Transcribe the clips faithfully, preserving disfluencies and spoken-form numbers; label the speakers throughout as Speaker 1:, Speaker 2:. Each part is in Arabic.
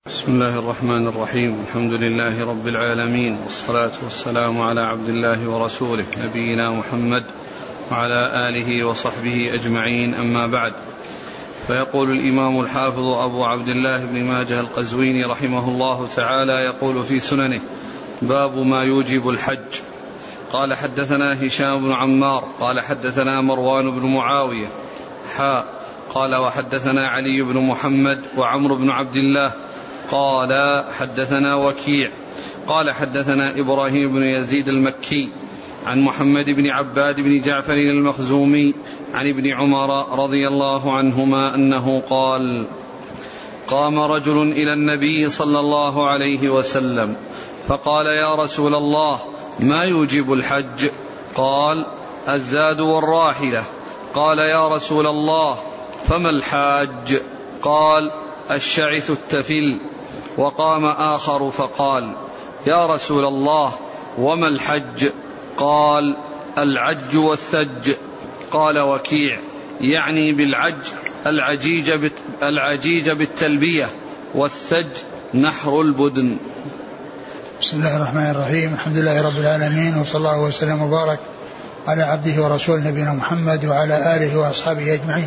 Speaker 1: بسم الله الرحمن الرحيم. الحمد لله رب العالمين، والصلاة والسلام على عبد الله ورسوله نبينا محمد وعلى آله وصحبه أجمعين، أما بعد. فيقول الإمام الحافظ أبو عبد الله بن ماجه القزويني رحمه الله تعالى، يقول في سننه: باب ما يوجب الحج. قال: حدثنا هشام بن عمار قال حدثنا مروان بن معاوية حاء قال وحدثنا علي بن محمد وعمرو بن عبد الله قال حدثنا وكيع قال حدثنا إبراهيم بن يزيد المكي عن محمد بن عباد بن جعفر المخزومي عن ابن عمر رضي الله عنهما أنه قال: قام رجل إلى النبي صلى الله عليه وسلم فقال: يا رسول الله، ما يوجب الحج؟ قال: الزاد والراحلة. قال: يا رسول الله، فما الحاج؟ قال: الشعث التفل. وقام آخر فقال: يا رسول الله، وما الحج؟ قال: العج والثج. قال وكيع: يعني بالعج العجيج, بت العجيج بالتلبية، والثج نحر البدن.
Speaker 2: بسم الله الرحمن الرحيم. الحمد لله رب العالمين، وصلى الله وسلم وبارك على عبده ورسوله نبينا محمد وعلى آله وأصحابه أجمعين.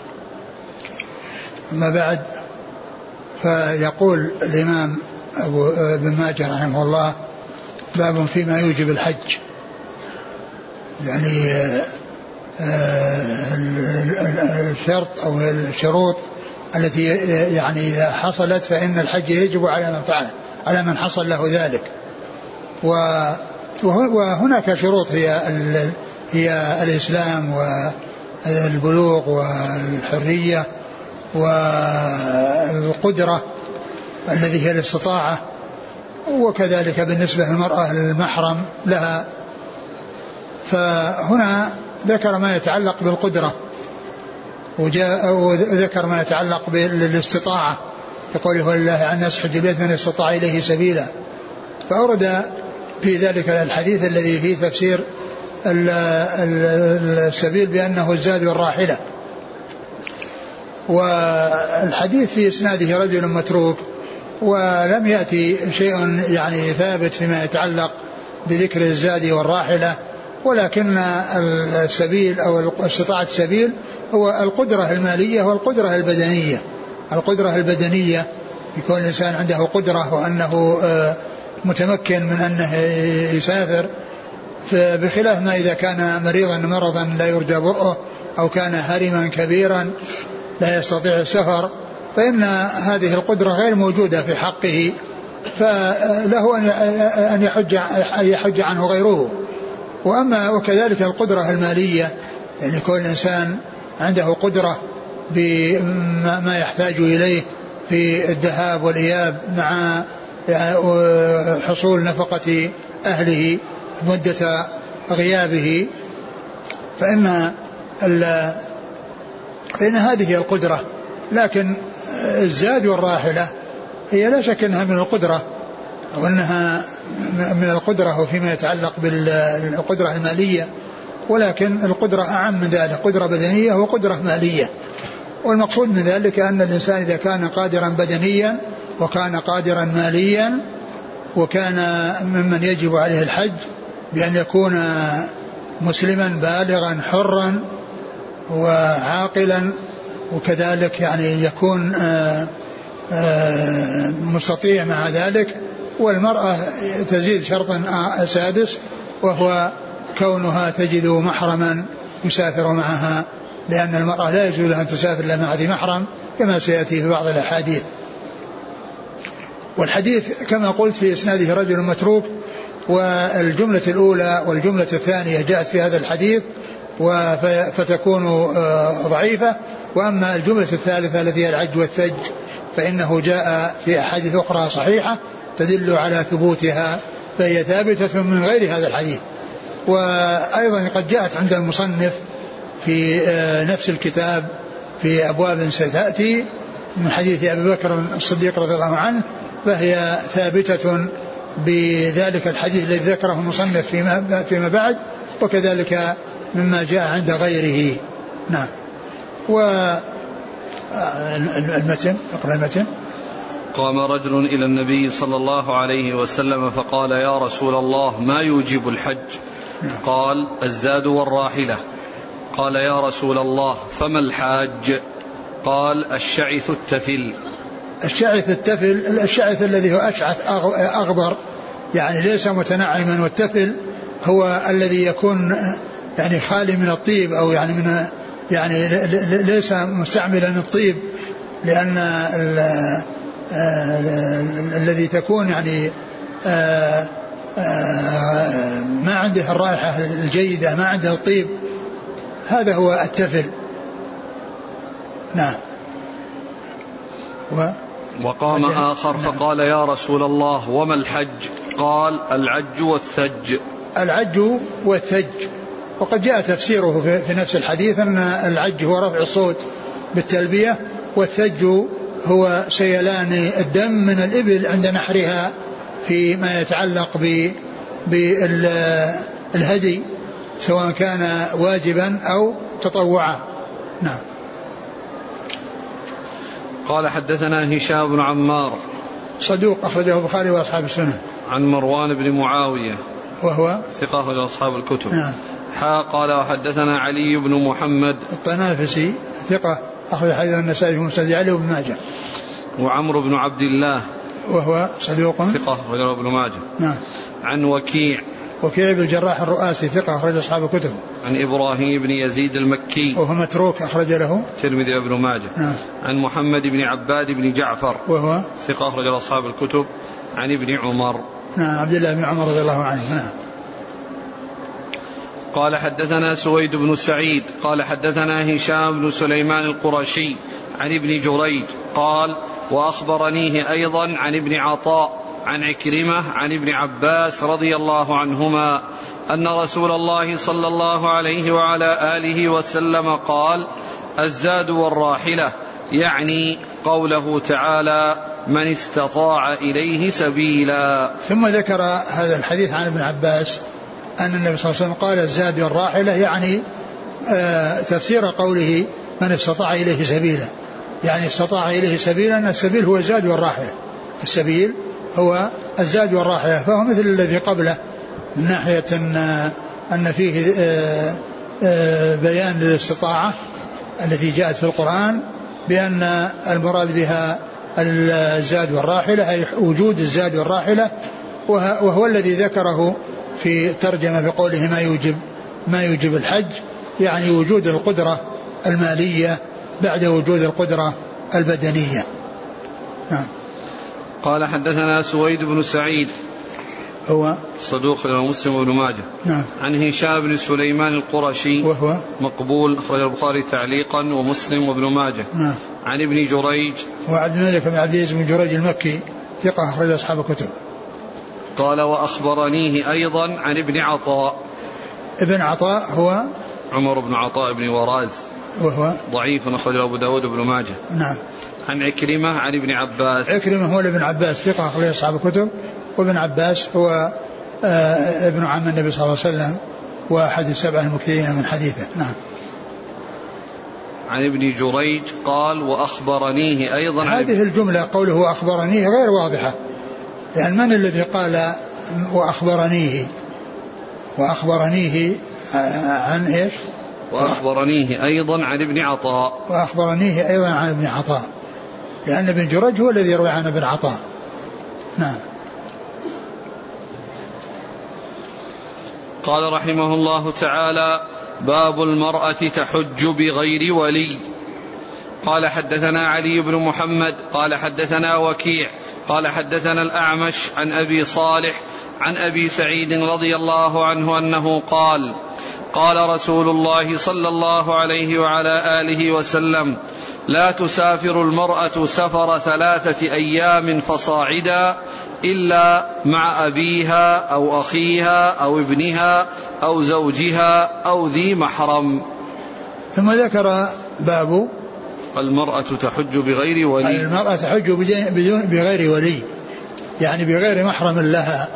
Speaker 2: أما بعد، فيقول الإمام أبو بن ماجه رحمه الله: باب فيما يوجب الحج. يعني الشرط أو الشروط التي يعني إذا حصلت فإن الحج يجب على من فعل، على من حصل له ذلك. وهناك شروط هي هي الإسلام والبلوغ والحرية والقدرة الذي هي الاستطاعة، وكذلك بالنسبة للمرأة المحرم لها. فهنا ذكر ما يتعلق بالقدرة وذكر ما يتعلق بالاستطاعة، يقول: ولله على الناس حج البيت من استطاع إليه سبيلا. فأورد في ذلك الحديث الذي فيه تفسير السبيل بأنه الزاد والراحلة. والحديث في إسناده رجل متروك، ولم يأتي شيء يعني ثابت فيما يتعلق بذكر الزاد والراحلة، ولكن السبيل أو استطاعة السبيل هو القدرة المالية والقدرة البدنية. القدرة البدنية يكون الإنسان عنده قدرة وأنه متمكن من أنه يسافر، بخلاف ما إذا كان مريضا مرضا لا يرجى برؤه، أو كان هرما كبيرا لا يستطيع السفر، فإن هذه القدرة غير موجودة في حقه، فله أن يحج, أن يحج عنه غيره. وأما وكذلك القدرة المالية، يعني كل إنسان عنده قدرة بما يحتاج إليه في الذهاب والإياب مع حصول نفقة أهله مدة غيابه، فإن فإن هذه هي القدرة. لكن الزاد والراحلة هي لا شك أنها من القدرة، أو أنها من القدرة وفيما يتعلق بالقدرة المالية، ولكن القدرة أعم من ذلك، قدرة بدنية وقدرة مالية. والمقصود من ذلك أن الإنسان إذا كان قادرا بدنيا وكان قادرا ماليا، وكان ممن يجب عليه الحج بأن يكون مسلما بالغا حرا وعاقلا، وكذلك يعني يكون آآ آآ مستطيع مع ذلك. والمرأة تزيد شرطا سادس، وهو كونها تجد محرما يسافر معها، لأن المرأة لا يجوز لها أن تسافر إلا مع ذي محرم، كما سيأتي في بعض الأحاديث. والحديث كما قلت في إسناده رجل متروك، والجملة الأولى والجملة الثانية جاءت في هذا الحديث فتكون ضعيفة. وأما الجملة الثالثة التي هي العج والثج فإنه جاء في أحاديث أخرى صحيحة تدل على ثبوتها، فهي ثابتة من غير هذا الحديث. وأيضا قد جاءت عند المصنف في نفس الكتاب في أبواب ستأتي من حديث أبي بكر الصديق رضي الله عنه، فهي ثابتة بذلك الحديث الذي ذكره المصنف فيما, فيما بعد، وكذلك مما جاء عند غيره. نعم. والمتن، اقرأ المتن.
Speaker 1: قام رجل إلى النبي صلى الله عليه وسلم فقال يا رسول الله ما يوجب الحج؟ قال الزاد والراحلة. قال يا رسول الله فما الحاج؟ قال الشعث التفل.
Speaker 2: الشعث التفل الشعث الذي هو أشعث أغبر يعني ليس متنعما، والتفل هو الذي يكون يعني خالي من الطيب أو يعني من يعني ليس مستعملا الطيب، لأن ال ال الذي تكون يعني آآ آآ ما عنده الرائحة الجيدة، ما عنده الطيب، هذا هو التفل. نعم.
Speaker 1: و وقام آخر فقال يا رسول الله وما الحج؟ قال العج والثج.
Speaker 2: العج والثج، وقد جاء تفسيره في نفس الحديث أن العج هو رفع الصوت بالتلبية، والثج هو سيلان الدم من الإبل عند نحرها فيما يتعلق بالهدي سواء كان واجبا أو تطوعا. نعم.
Speaker 1: قال حدثنا هشام بن عمار
Speaker 2: صدوق أخرجه البخاري وأصحاب السنن.
Speaker 1: عن مروان بن معاوية وهو
Speaker 2: ثقة
Speaker 1: أخرج أصحاب الكتب.
Speaker 2: نعم.
Speaker 1: حا قال وحدثنا علي بن محمد
Speaker 2: الطنافسي ثقة أخرج حديث النسائي في مسند علي وابن ماجه.
Speaker 1: وعمرو بن عبد الله
Speaker 2: وهو صدوق
Speaker 1: ثقة أخرج ابن ماجه.
Speaker 2: نعم.
Speaker 1: عن وكيع
Speaker 2: وكيع بن الجراح الرؤاسي ثقة أخرج أصحاب الكتب.
Speaker 1: عن إبراهيم بن يزيد المكي
Speaker 2: وهو متروك أخرج له
Speaker 1: الترمذي وابن ماجه.
Speaker 2: نعم.
Speaker 1: عن محمد بن عباد بن جعفر
Speaker 2: وهو
Speaker 1: ثقة أخرج أصحاب الكتب. عن ابن عمر
Speaker 2: نعم عبد الله بن عمر رضي الله عنه. نعم.
Speaker 1: قال حدثنا سويد بن سعيد قال حدثنا هشام بن سليمان القرشي عن ابن جريج قال وأخبرنيه أيضا عن ابن عطاء عن عكرمة عن ابن عباس رضي الله عنهما أن رسول الله صلى الله عليه وعلى آله وسلم قال الزاد والراحلة، يعني قوله تعالى من استطاع إليه سبيلا.
Speaker 2: ثم ذكر هذا الحديث عن ابن عباس أن النبي صلى الله عليه وسلم قال الزاد والراحلة، يعني آه تفسير قوله من استطاع إليه سبيلا، يعني استطاع إليه سبيلا أن السبيل هو الزاد والراحلة، السبيل هو الزاد والراحلة، فهو مثل الذي قبله من ناحية أن, أن فيه آه آه بيان للاستطاعة التي جاءت في القرآن بأن المراد بها الزاد والراحلة أي وجود الزاد والراحلة، وهو الذي ذكره في ترجمة بقوله ما يوجب ما يوجب الحج، يعني وجود القدرة المالية بعد وجود القدرة البدنية. نعم.
Speaker 1: قال حدثنا سويد بن سعيد
Speaker 2: هو
Speaker 1: صدوق له مسلم وابن ماجه.
Speaker 2: نعم.
Speaker 1: عن هشام بن سليمان القرشي
Speaker 2: وهو
Speaker 1: مقبول أخرج البخاري تعليقا ومسلم وابن ماجه.
Speaker 2: نعم.
Speaker 1: عن ابن جريج
Speaker 2: وعبد الملك بن عبد العزيز بن جريج المكي ثقة أخرج أصحاب الكتب.
Speaker 1: قال وأخبرنيه أيضا عن ابن عطاء.
Speaker 2: ابن عطاء هو
Speaker 1: عمر بن عطاء بن وراز
Speaker 2: وهو
Speaker 1: ضعيف أخرج أبو داود وابن ماجه.
Speaker 2: نعم.
Speaker 1: عن عكرمة عن ابن عباس.
Speaker 2: عكرمة هو ابن عباس ثقة أخرج أصحاب الكتب، وابن عباس هو آه ابن عم النبي صلى الله عليه وسلم وأحد السبعة المكثرين من حديثه. نعم.
Speaker 1: عن ابن جريج قال وأخبرنيه أيضا.
Speaker 2: هذه الجملة قوله أخبرنيه غير واضحة، لأن من الذي قال وأخبرنيه وأخبرنيه عن إيش؟
Speaker 1: وأخبرنيه أيضا عن ابن عطاء.
Speaker 2: وأخبرنيه أيضا عن ابن عطاء، لأن ابن جريج هو الذي يروي عن ابن عطاء. نعم.
Speaker 1: قال رحمه الله تعالى باب المرأة تحج بغير ولي. قال حدثنا علي بن محمد قال حدثنا وكيع قال حدثنا الأعمش عن أبي صالح عن أبي سعيد رضي الله عنه أنه قال قال رسول الله صلى الله عليه وعلى آله وسلم لا تسافر المرأة سفر ثلاثة أيام فصاعدا إلا مع أبيها أو أخيها أو ابنها أو زوجها أو ذي محرم.
Speaker 2: ثم ذكر باب
Speaker 1: المرأة تحج بغير ولي.
Speaker 2: المرأة تحج بغير ولي، يعني بغير محرم لها.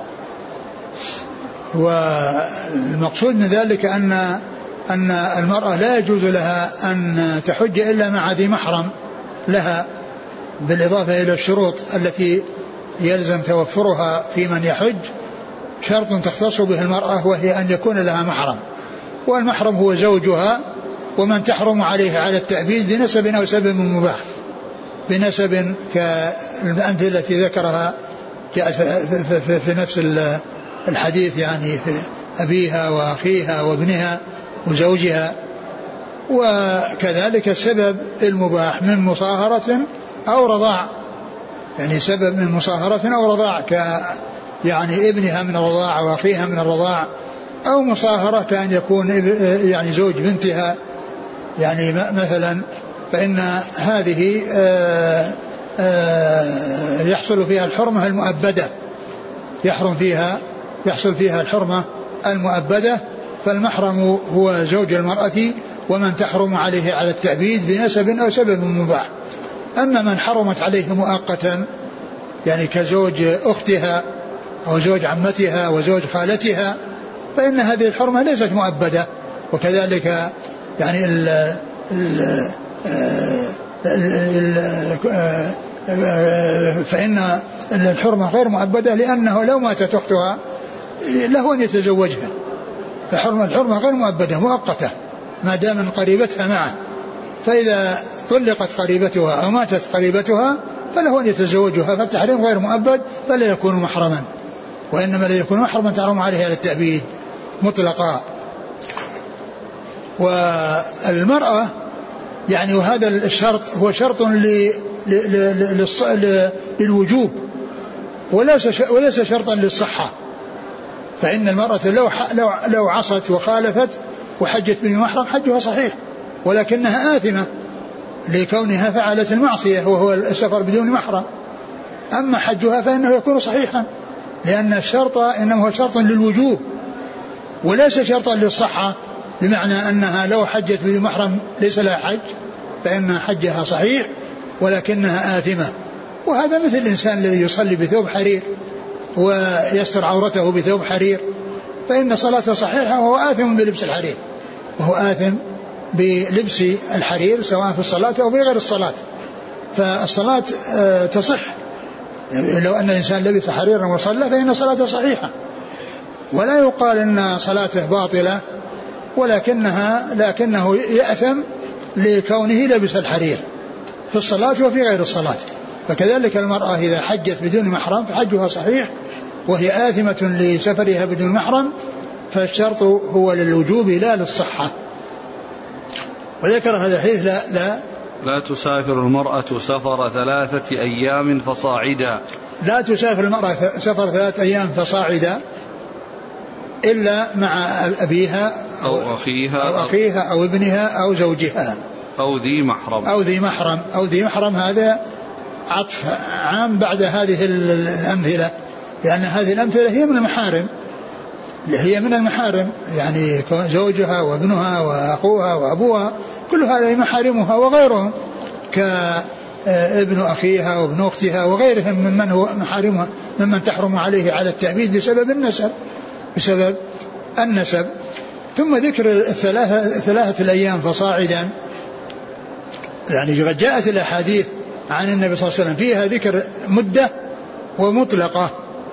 Speaker 2: والمقصود من ذلك أن أن المرأة لا يجوز لها أن تحج إلا مع ذي محرم لها، بالإضافة إلى الشروط التي يلزم توفرها في من يحج شرط تختص به المرأة، وهي أن يكون لها محرم، والمحرم هو زوجها ومن تحرم عليه على التأبيد بنسب أو سبب مباح، بنسب كالأمثلة التي ذكرها جاءت في نفس الحديث، يعني في أبيها وأخيها وابنها وزوجها. وكذلك السبب المباح من مصاهرة أو رضاع، يعني سبب من مصاهرة أو رضاع ك يعني ابنها من الرضاع وأخيها من الرضاع، أو مصاهرة كأن يكون يعني زوج بنتها يعني مثلا، فإن هذه آآ آآ يحصل فيها الحرمة المؤبدة، يحرم فيها يحصل فيها الحرمة المؤبدة. فالمحرم هو زوج المرأة ومن تحرم عليه على التأبيد بنسب أو سبب مباح. أما من حرمت عليه مؤقتا يعني كزوج أختها أو زوج عمتها وزوج خالتها فإن هذه الحرمة ليست مؤبدة. وكذلك يعني ال ال فإن الحرمة غير مؤبدة، لأنه لو ماتت أختها له أن يتزوجها، فحرمة الحرمة غير مؤبدة مؤقتة ما دام من قريبتها معه، فإذا طلقت قريبتها أو ماتت قريبتها فله أن يتزوجها، فالتحريم غير مؤبد فلا يكون محرما، وإنما لا يكون محرما تحرم عليه على التأبيد مطلقا. والمرأة يعني وهذا الشرط هو شرط للوجوب وليس شرطا للصحة، فإن المرأة لو لو عصت وخالفت وحجت بمحرم حجها صحيح، ولكنها آثمة لكونها فعلت المعصية وهو السفر بدون محرم. أما حجها فإنه يكون صحيحا، لأن الشرط إنما هو شرط للوجوب وليس شرطا للصحة، بمعنى أنها لو حجت بدون محرم ليس لها حج، فإن حجها صحيح ولكنها آثمة. وهذا مثل الإنسان الذي يصلي بثوب حرير ويستر عورته بثوب حرير، فإن صلاته صحيحة وهو آثم بلبس الحرير، وهو آثم بلبس الحرير سواء في الصلاة أو في غير الصلاة. فالصلاة تصح لو أن الإنسان لبس حريرا وصلى فإن صلاته صحيحة، ولا يقال أن صلاته باطلة، ولكنها لكنه يأثم لكونه لبس الحرير في الصلاة وفي غير الصلاة. فكذلك المرأة إذا حجت بدون محرم فحجها صحيح وهي آثمة لسفرها بدون محرم، فالشرط هو للوجوب لا للصحة. وذكر هذا الحديث لا لا
Speaker 1: لا تسافر المرأة سفر ثلاثة أيام فصاعدا،
Speaker 2: لا تسافر المرأة سفر ثلاثة أيام فصاعدا إلا مع أبيها
Speaker 1: أو, أو أخيها
Speaker 2: أو أخيها أو ابنها أو زوجها
Speaker 1: أو ذي محرم
Speaker 2: أو ذي محرم أو ذي محرم هذا عطف عام بعد هذه الأمثلة، لأن هذه الأمثلة هي من المحارم، هي من المحارم يعني زوجها وابنها وأخوها وأبوها كل هذا محارمها، وغيرهم كابن أخيها وابن أختها وغيرهم ممن هو محارمها ممن تحرم عليه على التأبيد بسبب النسب بسبب النسب. ثم ذكر الثلاثة ثلاثة الأيام فصاعدا، يعني قد جاءت الأحاديث عن النبي صلى الله عليه وسلم فيها ذكر مدة ومطلقة،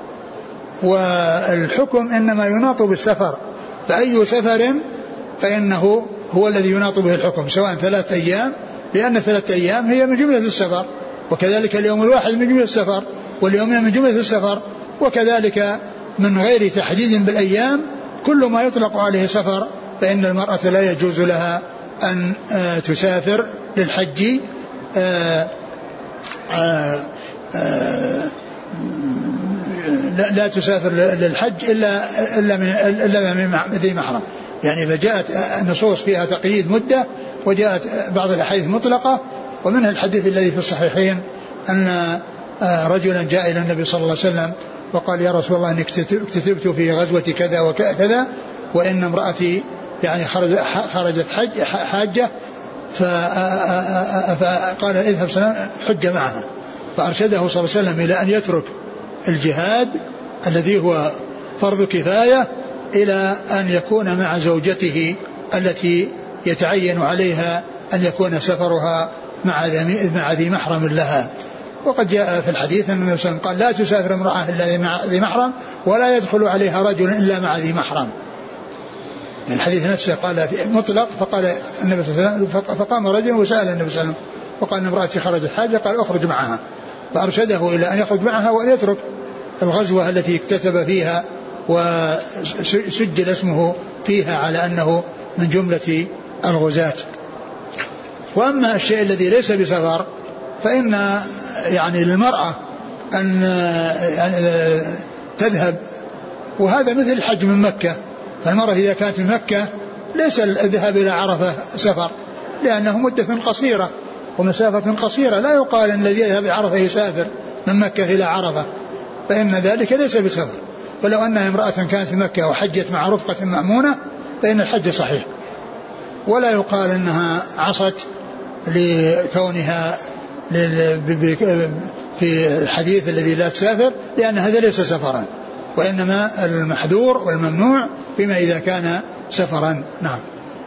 Speaker 2: والحكم إنما يناط بالسفر، فأي سفر فإنه هو الذي يناط به الحكم، سواء ثلاثة أيام لأن ثلاثة أيام هي من جملة السفر، وكذلك اليوم الواحد من جملة السفر، واليومين من جملة السفر، وكذلك من غير تحديد بالأيام كل ما يطلق عليه سفر، فإن المرأة لا يجوز لها أن تسافر للحج آآ آآ آآ لا, لا تسافر للحج إلا إلا من إلا من ذي محرم. يعني إذا جاءت النصوص فيها تقييد مدة، وجاءت بعض الأحاديث مطلقة، ومنها الحديث الذي في الصحيحين أن رجلا جاء إلى النبي صلى الله عليه وسلم وقال يا رسول الله إني اكتتبت في غزوة كذا وكذا، وإن امرأتي يعني خرجت حج حاجة، فقال اذهب سلام حج معها، فأرشده صلى الله عليه وسلم إلى أن يترك الجهاد الذي هو فرض كفاية إلى أن يكون مع زوجته التي يتعين عليها أن يكون سفرها مع ذي محرم لها. وقد جاء في الحديث أن النبي صلى الله عليه وسلم قال لا تسافر امرأة إلا مع ذي محرم ولا يدخل عليها رجل إلا مع ذي محرم. الحديث نفسه قال مطلق، فقال النبي صلى الله عليه وسلم فقام رجل وسأل النبي صلى الله عليه وسلم وقال ان امرأتي خرجت حاجة، قال اخرج معها، فأرشده إلى أن يخرج معها وأن يترك الغزوة التي اكتتب فيها وسجل اسمه فيها على أنه من جملة الغزاة. وأما الشيء الذي ليس بسفر فإن يعني للمرأة أن يعني تذهب، وهذا مثل الحج من مكة. فالمرأة إذا كانت من مكة ليس الذهاب إلى عرفة سفر، لأنه مدة قصيرة ومسافة قصيرة، لا يقال أن الذي يذهب إلى عرفة يسافر من مكة إلى عرفة، فإن ذلك ليس بسفر. ولو أن امرأة كانت في مكة وحجت مع رفقة مأمونة فإن الحج صحيح، ولا يقال أنها عصت لكونها في الحديث الذي لا تسافر، لأن هذا ليس سفرا، وإنما المحذور والممنوع فيما إذا كان سفرا. نعم.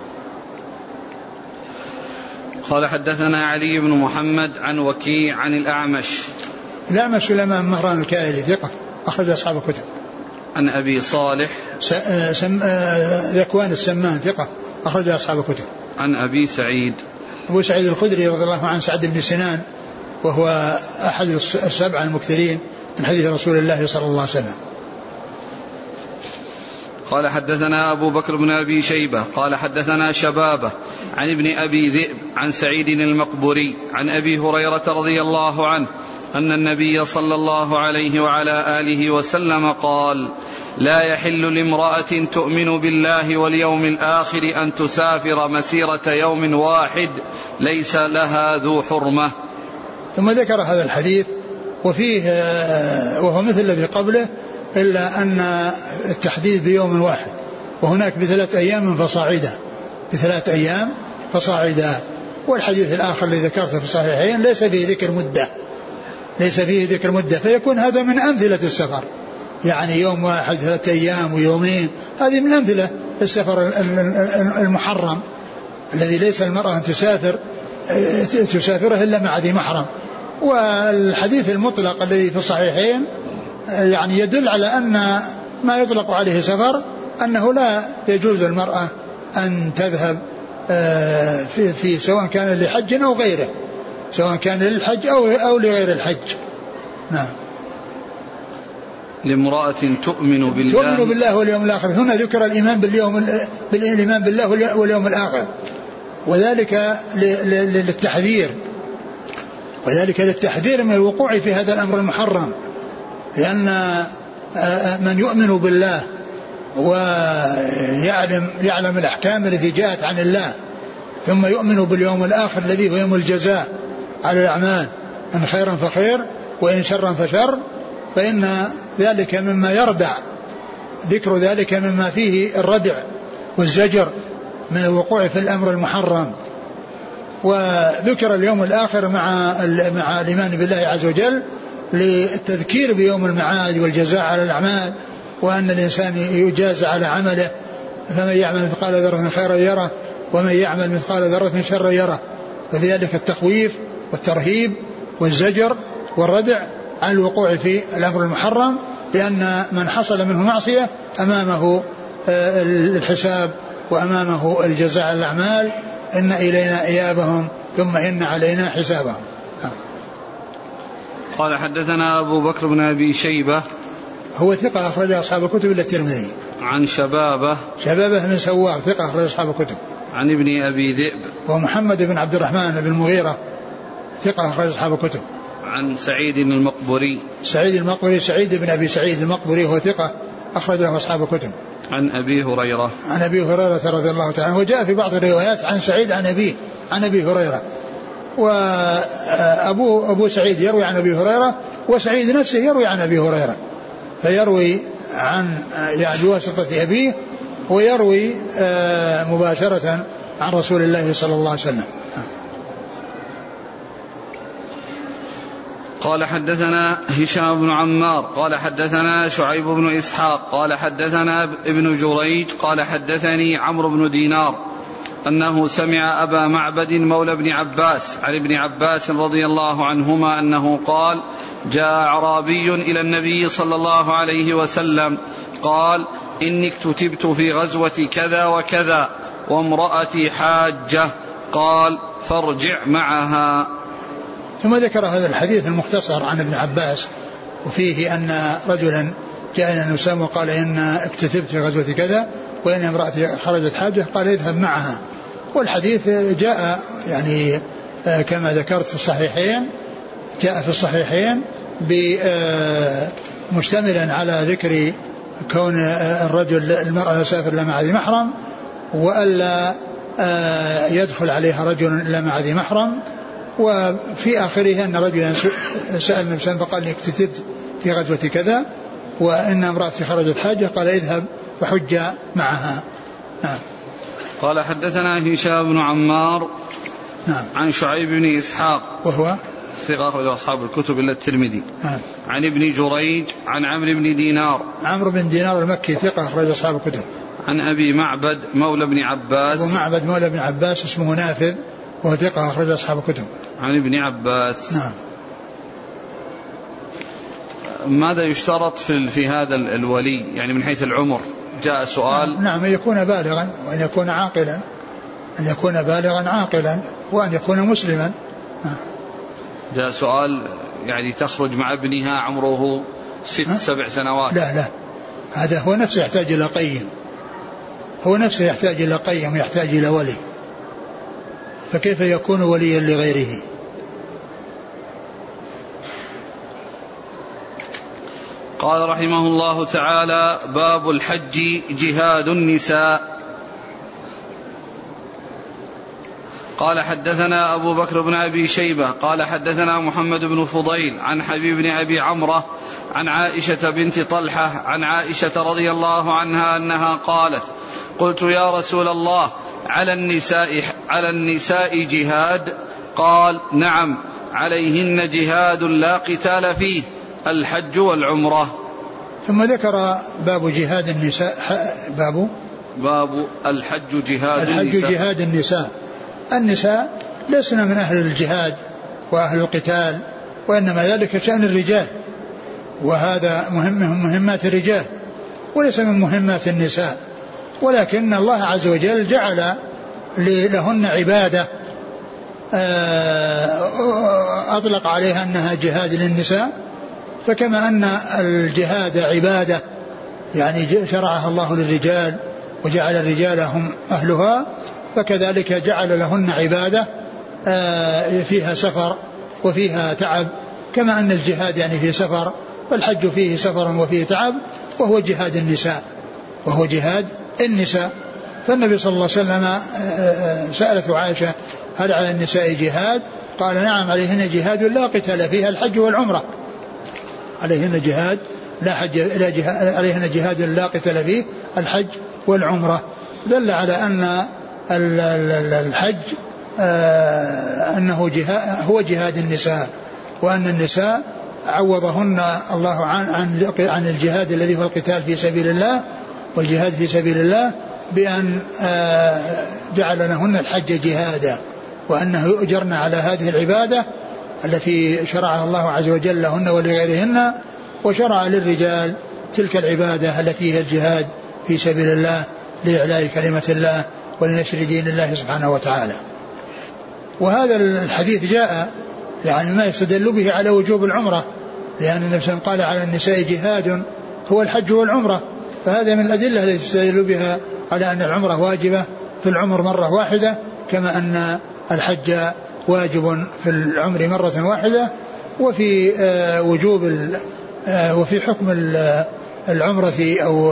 Speaker 1: قال حدثنا علي بن محمد عن وكيع عن الأعمش.
Speaker 2: الأعمش سليمان بن مهران الكائلي ثقة أخرج أصحاب الكتب.
Speaker 1: عن أبي صالح
Speaker 2: سم... ذكوان السمان ثقة أخرج أصحاب الكتب.
Speaker 1: عن أبي سعيد
Speaker 2: أبو سعيد الخدري رضي الله عنه سعد بن سنان، وهو أحد السبعة المكثرين من حديث رسول الله صلى الله عليه وسلم.
Speaker 1: قال حدثنا أبو بكر بن أبي شيبة قال حدثنا شبابة عن ابن أبي ذئب عن سعيد المقبري عن أبي هريرة رضي الله عنه أن النبي صلى الله عليه وعلى آله وسلم قال: لا يحل لامرأة تؤمن بالله واليوم الآخر أن تسافر مسيرة يوم واحد ليس لها ذو حرمة.
Speaker 2: ثم ذكر هذا الحديث وفيه وهو مثل الذي قبله، إلا أن التحديد بيوم واحد، وهناك بثلاث أيام فصاعدا، بثلاث أيام فصاعدا. والحديث الآخر الذي ذكرته في الصحيحين ليس فيه ذكر مدة، ليس فيه ذكر مدة، فيكون هذا من أمثلة السفر، يعني يوم واحد ثلاثة أيام ويومين، هذه من أمثلة السفر المحرم الذي ليس المرأة أن تسافر تسافره إلا مع ذي محرم. والحديث المطلق الذي في الصحيحين يعني يدل على أن ما يطلق عليه سفر أنه لا يجوز المرأة أن تذهب في, في سواء كان لحج أو غيره، سواء كان للحج أو, أو لغير الحج. نعم.
Speaker 1: لامرأة تؤمن بالله
Speaker 2: تؤمن بالله واليوم الآخر، هنا ذكر الإيمان باليوم بالإيمان بالله واليوم الآخر، وذلك للتحذير، وذلك للتحذير من الوقوع في هذا الأمر المحرم، لأن من يؤمن بالله ويعلم يعلم الأحكام التي جاءت عن الله، ثم يؤمن باليوم الآخر الذي هو يوم الجزاء على الأعمال، إن خيرا فخير وإن شرا فشر، فإن ذلك مما يردع، ذكر ذلك مما فيه الردع والزجر من الوقوع في الأمر المحرم. وذكر اليوم الآخر مع مع الإيمان بالله عز وجل للتذكير بيوم المعاد والجزاء على الأعمال، وأن الإنسان يجازى على عمله، فمن يعمل مثقال ذرة خيرا يره ومن يعمل مثقال ذرة شرا يره. فلذلك التخويف والترهيب والزجر والردع عن الوقوع في الأمر المحرم، لأن من حصل منه معصية أمامه الحساب وأمامه الجزاء على الأعمال، إن إلينا إيابهم ثم إن علينا حسابهم.
Speaker 1: قال حدثنا أبو بكر بن أبي شيبة
Speaker 2: هو ثقة أخرج أصحاب الكتب إلا الترمذي.
Speaker 1: عن شبابة
Speaker 2: شبابة بن سوار ثقة أخرج أصحاب الكتب.
Speaker 1: عن ابن أبي ذئب
Speaker 2: ومحمد بن عبد الرحمن بن المغيرة ثقة أخرج أصحاب الكتب.
Speaker 1: عن سعيد المقبري
Speaker 2: سعيد المقبري سعيد بن أبي سعيد المقبري هو ثقة أخرج له أصحاب الكتب.
Speaker 1: عن أبي هريرة
Speaker 2: عن أبي هريرة رضي الله تعالى عنه، وجاء في بعض الروايات عن سعيد عن أبيه عن أبي هريرة، وأبو أبو سعيد يروي عن أبي هريرة وسعيد نفسه يروي عن أبي هريرة، فيروي عن يعني بواسطة أبيه ويروي مباشرة عن رسول الله صلى الله عليه وسلم.
Speaker 1: قال حدثنا هشام بن عمار قال حدثنا شعيب بن إسحاق قال حدثنا ابن جريج قال حدثني عمرو بن دينار أنه سمع أبا معبد مولى ابن عباس عن ابن عباس رضي الله عنهما أنه قال: جاء أعرابي إلى النبي صلى الله عليه وسلم قال: إني اكتتبت في غزوة كذا وكذا وامرأتي حاجة، قال: فارجع معها.
Speaker 2: ثم ذكر هذا الحديث المختصر عن ابن عباس، وفيه أن رجلا جاء إلى النبي وقال: إن اكتتبت في غزوة كذا وإن امرأتي خرجت حاجة، قال: اذهب معها. والحديث جاء يعني كما ذكرت في الصحيحين، جاء في الصحيحين مشتملا على ذكر كون الرجل المرأة يسافر إلا مع ذي محرم، وألا يدخل عليها رجل إلا مع ذي محرم. وفي آخره أن رجلا سأل النبي صلى الله عليه وسلم فقال: اكتتبت في غزوة كذا وإن امرأتي خرجت حاجة، قال: اذهب وحج معها. نعم.
Speaker 1: قال: حدثنا هشام بن عمار
Speaker 2: نعم.
Speaker 1: عن شعيب بن إسحاق
Speaker 2: وهو
Speaker 1: ثقة أخرج أصحاب الكتب إلا الترمذي.
Speaker 2: نعم.
Speaker 1: عن ابن جريج عن عمرو بن دينار
Speaker 2: عمرو بن دينار المكي ثقة أخرج أصحاب الكتب.
Speaker 1: عن أبي معبد مولى ابن عباس
Speaker 2: أبو معبد مولى ابن عباس اسمه نافذ وهو ثقة أخرج أصحاب الكتب.
Speaker 1: عن ابن عباس.
Speaker 2: نعم.
Speaker 1: ماذا يشترط في, في هذا الولي يعني من حيث العمر؟ جاء سؤال.
Speaker 2: نعم, نعم أن يكون بالغا وأن يكون عاقلا، أن يكون بالغا عاقلا وأن يكون مسلما. نعم.
Speaker 1: جاء سؤال يعني تخرج مع ابنها عمره ست ها؟ سبع سنوات.
Speaker 2: لا لا، هذا هو نفسه يحتاج إلى قيم، هو نفسه يحتاج إلى قيم ويحتاج إلى ولي، فكيف يكون وليا لغيره؟
Speaker 1: قال رحمه الله تعالى: باب الحج جهاد النساء. قال: حدثنا أبو بكر بن أبي شيبة قال حدثنا محمد بن فضيل عن حبيب بن أبي عمرة عن عائشة بنت طلحة عن عائشة رضي الله عنها أنها قالت: قلت يا رسول الله على النساء, على النساء جهاد؟ قال: نعم، عليهن جهاد لا قتال فيه، الحج والعمرة.
Speaker 2: ثم ذكر باب جهاد النساء. باب
Speaker 1: باب الحج جهاد
Speaker 2: الحج
Speaker 1: النساء.
Speaker 2: جهاد النساء. النساء لسنا من أهل الجهاد وأهل القتال، وإنما ذلك شأن الرجال، وهذا مهم من مهمات الرجال وليس من مهمات النساء، ولكن الله عز وجل جعل لهن عبادة أطلق عليها أنها جهاد للنساء، فكما أن الجهاد عبادة يعني شرعها الله للرجال وجعل الرجال هم أهلها، فكذلك جعل لهن عبادة فيها سفر وفيها تعب، كما أن الجهاد يعني فيه سفر، فالحج فيه سفر وفيه تعب، وهو جهاد النساء وهو جهاد النساء. فالنبي صلى الله عليه وسلم سألته عائشة: هل على النساء جهاد؟ قال: نعم، عليهن جهاد لا قتال فيها، الحج والعمرة. عليهن جهاد لا حج لا جهاد عليهن جهاد لا قتال فيه، الحج والعمرة. دل على أن الحج أنه جهاد هو جهاد النساء، وأن النساء عوضهن الله عن عن الجهاد الذي هو القتال في سبيل الله والجهاد في سبيل الله بأن جعل لهن الحج جهادا، وأنه يؤجرن على هذه العبادة التي شرعها الله عز وجل لهن ولغيرهن، وشرع للرجال تلك العبادة التي هي الجهاد في سبيل الله لإعلاء كلمة الله ولنشر دين الله سبحانه وتعالى. وهذا الحديث جاء يعني ما يستدل به على وجوب العمرة، لأن النبي صلى الله عليه وسلم قال: على النساء جهاد هو الحج والعمرة، فهذا من الأدلة التي يستدل بها على أن العمرة واجبة في العمر مرة واحدة، كما أن الحج واجب في العمر مرة واحدة. وفي وجوب وفي حكم العمرة أو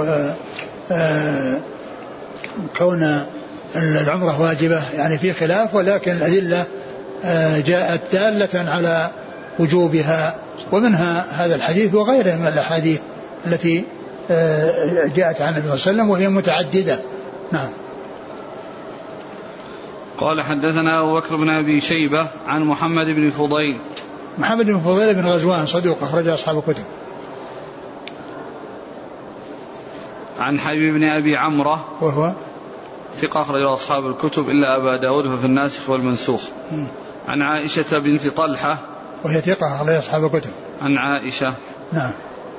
Speaker 2: كون العمرة واجبة يعني في خلاف، ولكن الأدلة جاءت دالة على وجوبها، ومنها هذا الحديث وغيره من الأحاديث التي جاءت عن النبي صلى الله عليه وسلم وهي متعددة. نعم.
Speaker 1: قال: حدثنا أبو بكر بن أبي شيبة عن محمد بن فضيل.
Speaker 2: محمد بن فضيل بن غزوان صدوق أخرج أصحاب الكتب.
Speaker 1: عن حبيب بن أبي عمرة
Speaker 2: وهو
Speaker 1: ثقة أخرجه أصحاب الكتب إلا أبا داود ففي الناسخ والمنسوخ. عن عائشة بنت طلحة
Speaker 2: وهي ثقة أخرجها أصحاب الكتب.
Speaker 1: عن عائشة.
Speaker 2: نعم.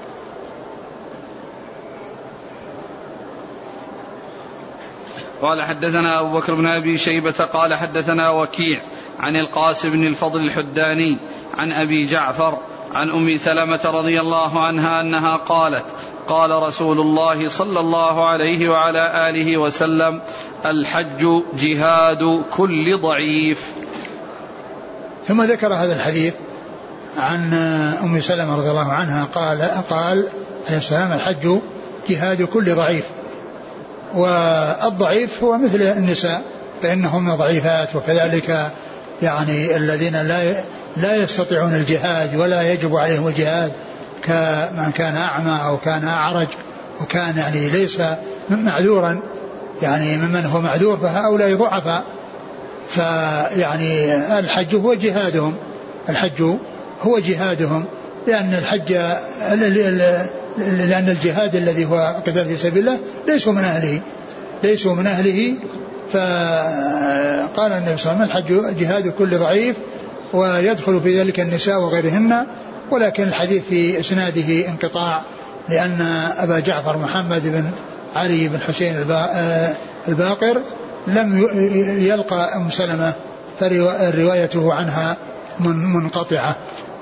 Speaker 1: قال حدثنا أبو بكر بن أبي شيبة قال حدثنا وكيع عن القاسم بن الفضل الحداني عن أبي جعفر عن أم سلمة رضي الله عنها أنها قالت قال رسول الله صلى الله عليه وعلى آله وسلم الحج جهاد كل ضعيف.
Speaker 2: ثم ذكر هذا الحديث عن أم سلمة رضي الله عنها قال قال عليه السلام الحج جهاد كل ضعيف. والضعيف هو مثل النساء فإنهم ضعيفات، وكذلك يعني الذين لا لا يستطيعون الجهاد ولا يجب عليهم الجهاد كمن كان أعمى أو كان أعرج وكان يعني ليس معذورا، يعني ممن هو معذور فهؤلاء ضعفاء. فيعني الحج هو جهادهم، الحج هو جهادهم لأن الحج لأن الجهاد الذي هو قتال في سبيل الله ليسوا من أهله ليسوا من أهله فقال النبي صلى الله عليه وسلم الحج جهاد كل ضعيف ويدخل في ذلك النساء وغيرهن. ولكن الحديث في إسناده انقطاع لأن أبا جعفر محمد بن علي بن حسين الباقر لم يلقى أم سلمة فروايته عنها منقطعة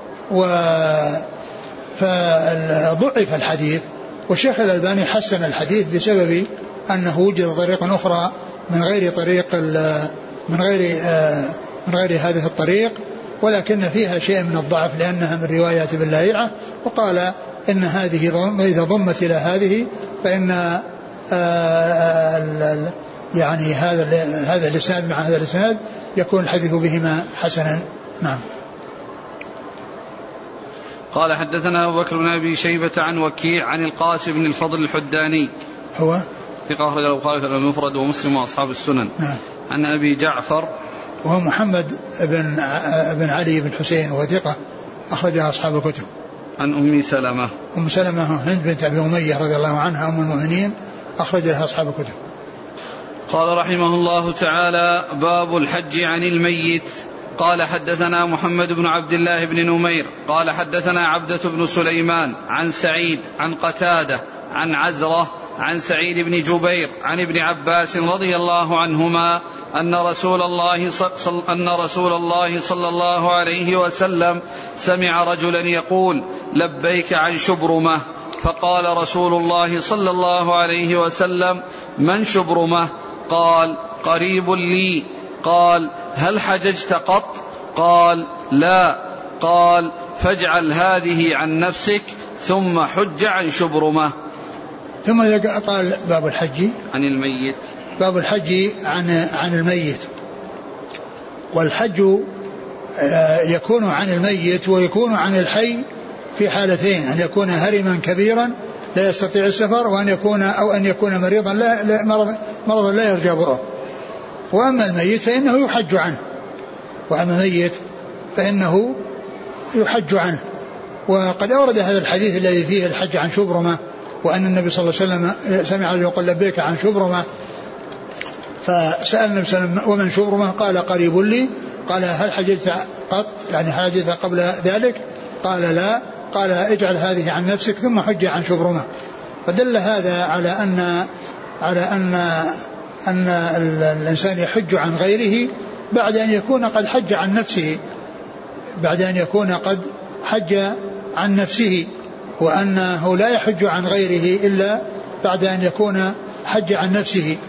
Speaker 2: فضعف الحديث. والشيخ الألباني حسن الحديث بسبب أنه وجد طريق أخرى من غير طريق من غير من غير هذه الطريق ولكن فيها شيء من الضعف لأنها من روايات ابن لهيعة. وقال إن هذه إذا ضمت إلى هذه فإن يعني هذا هذا الإسناد مع هذا الإسناد يكون الحديث بهما حسنا. نعم.
Speaker 1: قال حدثنا أبو بكر بن أبي شيبة عن وكيع عن القاسم بن الفضل الحداني
Speaker 2: هو
Speaker 1: ثقة أخرجه البخاري في المفرد ومسلم وأصحاب السنن.
Speaker 2: نعم.
Speaker 1: عن أبي جعفر
Speaker 2: وهو محمد بن بن علي بن حسين وهو ثقة أخرجها أصحاب الكتب.
Speaker 1: عن أم سلمة
Speaker 2: أم سلمة هند بنت أبي أمية رضي الله عنها أم المؤمنين أخرج لها أصحاب الكتب.
Speaker 1: قال رحمه الله تعالى باب الحج عن الميت. قال حدثنا محمد بن عبد الله بن نمير قال حدثنا عبدة بن سليمان عن سعيد عن قتادة عن عزرة عن سعيد بن جبير عن ابن عباس رضي الله عنهما أن رسول الله صل أن رسول الله صلى الله عليه وسلم سمع رجلا يقول لبيك عن شبرمة فقال رسول الله صلى الله عليه وسلم من شبرمة؟ قال قريب لي. قال هل حججت قط؟ قال لا. قال فاجعل هذه عن نفسك ثم حج عن شبرمة.
Speaker 2: ثم قال باب الحج
Speaker 1: عن الميت.
Speaker 2: باب الحج عن عن الميت. والحج يكون عن الميت ويكون عن الحي في حالتين: أن يكون هرما كبيرا لا يستطيع السفر، وأن يكون أو أن يكون مريضا لا, لا مرض مرضا لا يرجى برؤه. وأما الميت فإنه يحج عنه وأما الميت فإنه يحج عنه. وقد أورد هذا الحديث الذي فيه الحج عن شبرمة، وأن النبي صلى الله عليه وسلم سمع يقول لبيك عن شبرمة، فسأل النبي صلى الله عليه وسلم ومن شبرمة؟ قال قريب لي. قال هل حججت قط؟ يعني حججت قبل ذلك؟ قال لا. قال اجعل هذه عن نفسك ثم حج عن شبرمة. فدل هذا على أن على أن أن الإنسان يحج عن غيره بعد أن يكون قد حج عن نفسه بعد أن يكون قد حج عن نفسه وأنه لا يحج عن غيره إلا بعد أن يكون حج عن نفسه.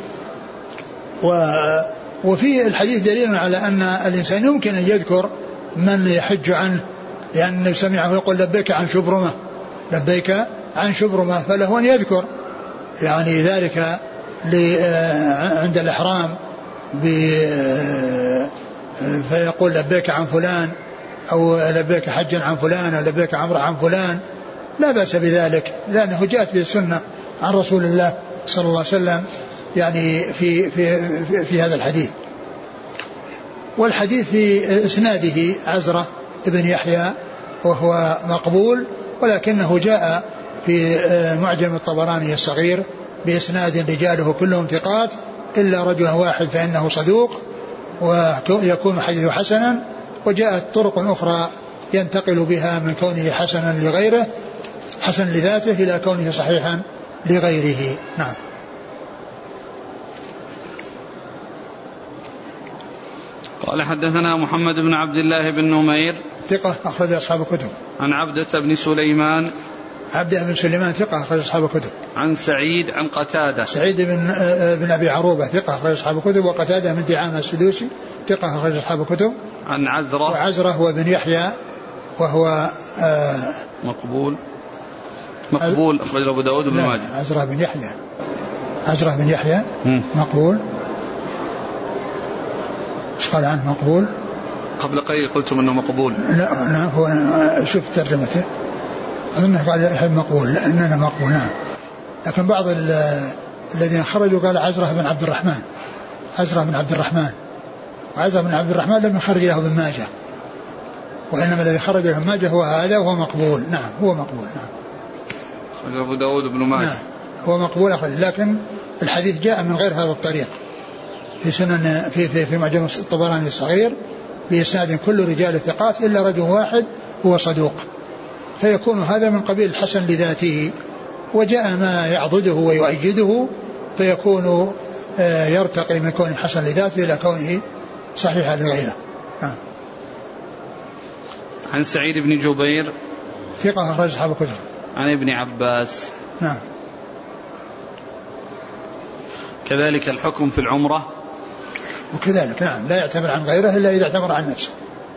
Speaker 2: وفي الحديث دليل على أن الإنسان يمكن أن يذكر من يحج عنه، لأن النبي سمعه يقول لبيك عن شبرمة لبيك عن شبرمة، فله أن يذكر يعني ذلك عند الإحرام فيقول لبيك عن فلان أو لبيك حجا عن فلان أو لبيك عمرة عن فلان، لا بأس بذلك لأنه جاءت به السنة عن رسول الله صلى الله عليه وسلم يعني في, في, في, في هذا الحديث. والحديث في إسناده عزرة ابن يحيى وهو مقبول، ولكنه جاء في معجم الطبراني الصغير بإسناد رجاله كلهم ثقات إلا رجلا واحد فإنه صدوق ويكون حديثه حسنا. وجاءت طرق أخرى ينتقل بها من كونه حسنا لغيره حسن لذاته إلى كونه صحيحا لغيره. نعم.
Speaker 1: قال حدثنا محمد بن عبد الله بن نمير
Speaker 2: ثقة أخرج أصحاب الكتب.
Speaker 1: عن عبدة بن سليمان
Speaker 2: عبدة بن سليمان ثقة أخرج أصحاب الكتب.
Speaker 1: عن سعيد عن قتادة
Speaker 2: سعيد بن بن أبي عروبة ثقة أخرج أصحاب الكتب. وقتادة من دعامة السدوسي ثقة أخرج أصحاب الكتب.
Speaker 1: عن عزرة
Speaker 2: وعزرة هو بن يحيى وهو آه
Speaker 1: مقبول مقبول أخرج أبو داود بن ماجه.
Speaker 2: عزرة بن يحيى عزرة بن يحيى مقبول. ايش قال عنه مقبول؟
Speaker 1: قبل قليل قلتم انه مقبول.
Speaker 2: لا نعم هو شوف ترجمته أظنه قال يحيى مقبول لأننا مقبول. نعم. لكن بعض الذين خرجوا قال عزرة بن عبد الرحمن عزرة بن عبد الرحمن وعزرة بن عبد الرحمن لم يخرج له ابن ماجه وإنما الذي خرج له ابن ماجه هو هذا وهو مقبول. نعم هو مقبول. نعم.
Speaker 1: خرج أبو داود بن ماجه.
Speaker 2: نعم هو مقبول أخرج. لكن الحديث جاء من غير هذا الطريق في سنن في في, في معجم الطبراني الصغير بإسناد كل رجال الثقات إلا رجل واحد هو صدوق فيكون هذا من قبيل الحسن لذاته. وجاء ما يعضده ويؤيده فيكون يرتقي من كونه حسن لذاته إلى كونه صحيحا لغيره. نعم.
Speaker 1: عن سعيد بن جبير
Speaker 2: ثقة أخرج أصحاب الكتب.
Speaker 1: عن ابن عباس.
Speaker 2: نعم.
Speaker 1: كذلك الحكم في العمرة
Speaker 2: وكذلك نعم لا يعتبر عن غيره إلا إذا اعتبر عن نفسه.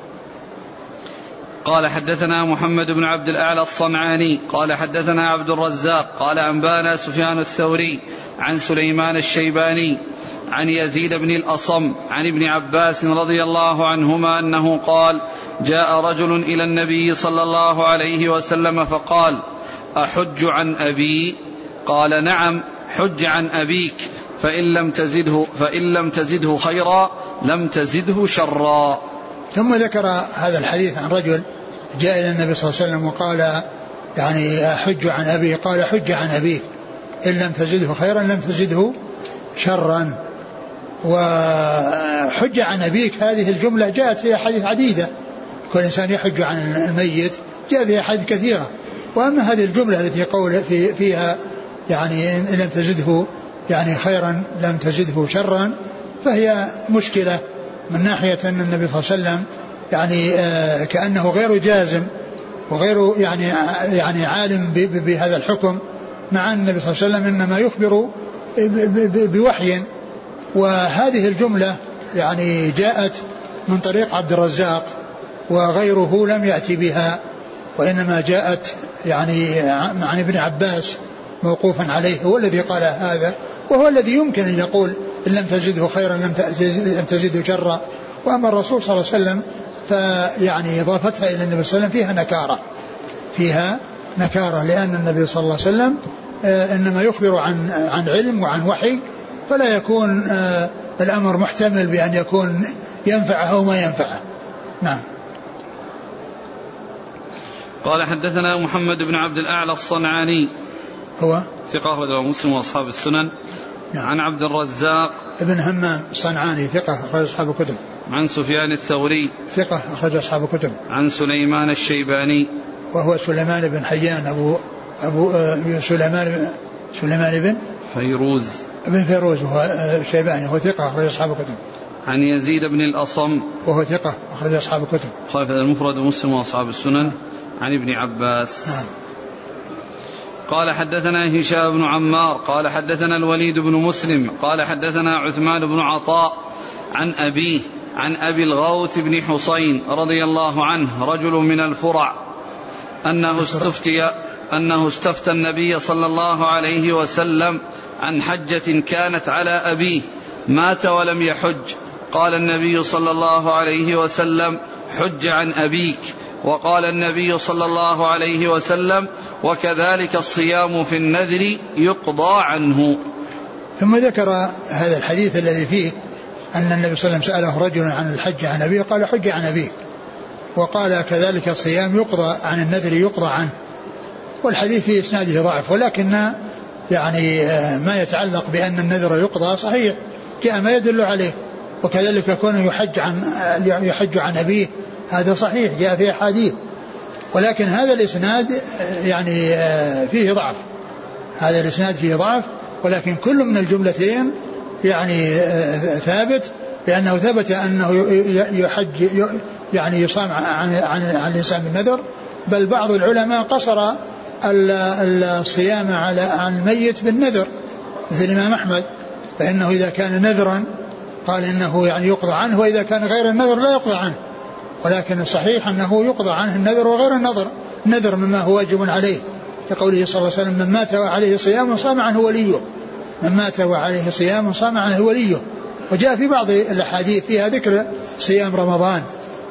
Speaker 1: قال حدثنا محمد بن عبد الأعلى الصنعاني قال حدثنا عبد الرزاق قال أنبانا سفيان الثوري عن سليمان الشيباني عن يزيد بن الأصم عن ابن عباس رضي الله عنهما أنه قال جاء رجل إلى النبي صلى الله عليه وسلم فقال أحج عن أبي؟ قال نعم حج عن أبيك فإن لم تزده, فإن لم تزده خيرا لم تزده شرا.
Speaker 2: ثم ذكر هذا الحديث عن رجل جاء إلى النبي صلى الله عليه وسلم وقال يعني حج عن أبي؟ قال حج عن أبيك إن لم تزده خيرا لم تزده شرا. وحج عن أبيك هذه الجملة جاءت فيها حديث عديدة كل إنسان يحج عن الميت جاء فيها حديث كثيرة. وأما هذه الجملة التي قول في فيها يعني إن لم تزده يعني خيرا لم تزده شرا فهي مشكلة من ناحية أن النبي صلى الله عليه وسلم يعني آه كأنه غير جازم وغير يعني يعني عالم بهذا الحكم مع أن النبي صلى الله عليه وسلم إنما يخبر بوحي. وهذه الجملة يعني جاءت من طريق عبد الرزاق وغيره لم يأتي بها وإنما جاءت يعني عن ابن عباس موقوفا عليه هو الذي قال هذا وهو الذي يمكن أن يقول إن لم تزده خيرا لم تزده شرا. وأما الرسول صلى الله عليه وسلم فيعني إضافتها إلى النبي صلى الله عليه وسلم فيها نكارة فيها نكارة لأن النبي صلى الله عليه وسلم إنما يخبر عن عن علم وعن وحي فلا يكون الأمر محتمل بأن يكون ينفعه أو ما ينفعه. نعم.
Speaker 1: قال حدثنا محمد بن عبد الأعلى الصنعاني
Speaker 2: هو
Speaker 1: ثقة أخرجه مسلم وأصحاب السنن. نعم. عن عبد الرزاق
Speaker 2: ابن همام الصنعاني ثقة أخرج أصحاب الكتب.
Speaker 1: عن سفيان الثوري
Speaker 2: ثقة أخرج أصحاب الكتب.
Speaker 1: عن سليمان الشيباني
Speaker 2: وهو سليمان بن حيان أبو أبو سليمان سليمان بن
Speaker 1: فيروز
Speaker 2: ابن فيروز وهو شيباني وهو ثقة أخرج أصحاب الكتب.
Speaker 1: عن يزيد بن الأصم
Speaker 2: وهو ثقة أخرج أصحاب الكتب.
Speaker 1: خالف المفرد مسلم وأصحاب السنن. عن ابن عباس.
Speaker 2: نعم.
Speaker 1: قال حدثنا هشام بن عمار قال حدثنا الوليد بن مسلم قال حدثنا عثمان بن عطاء عن أبيه عن أبي الغوث بن حسين رضي الله عنه رجل من الفرع أنه استفتي أنه استفتى النبي صلى الله عليه وسلم عن حجة كانت على أبيه مات ولم يحج. قال النبي صلى الله عليه وسلم حج عن أبيك. وقال النبي صلى الله عليه وسلم وكذلك الصيام في النذر يقضى عنه.
Speaker 2: ثم ذكر هذا الحديث الذي فيه أن النبي صلى الله عليه وسلم سأله رجل عن الحج عن أبيه قال حج عن أبيك وقال كذلك الصيام يقضى عن النذر يقضى عنه. والحديث في إسناده ضعف ولكن يعني ما يتعلق بأن النذر يقضى صحيح جاء ما يدل عليه. وكذلك كونه يحج عن يحج عن أبيه هذا صحيح جاء في أحاديث، ولكن هذا الإسناد يعني فيه ضعف، هذا الإسناد فيه ضعف، ولكن كل من الجملتين يعني ثابت، لأنه ثبت أنه يحج يعني يصام عن عن عن الإنسان بالنذر. بل بعض العلماء قصر الصيام على عن الميت بالنذر مثل الإمام أحمد، فإنه إذا كان نذرا قال إنه يعني يقضى عنه، وإذا كان غير النذر لا يقضى عنه. ولكن الصحيح أنه يقضى عنه النذر وغير النذر، نذر مما هو واجب عليه، لقوله صلى الله عليه وسلم: من مات وعليه صيام صام عنه وليه، من مات وعليه صيام صام عنه وليه. وجاء في بعض الأحاديث فيها ذكر صيام رمضان.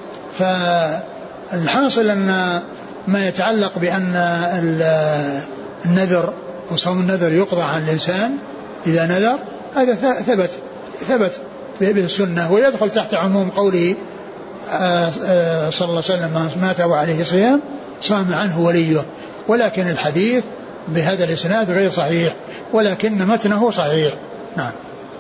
Speaker 2: فالحاصل أن ما يتعلق بأن النذر وصوم النذر يقضى عن الإنسان إذا نذر، هذا ثبت ثبت بالسنة، ويدخل تحت عموم قوله صلى الله عليه وسلم: من مات وعليه صيام صام عنه وليه. ولكن الحديث بهذا الإسناد غير صحيح، ولكن متنه صحيح. نعم.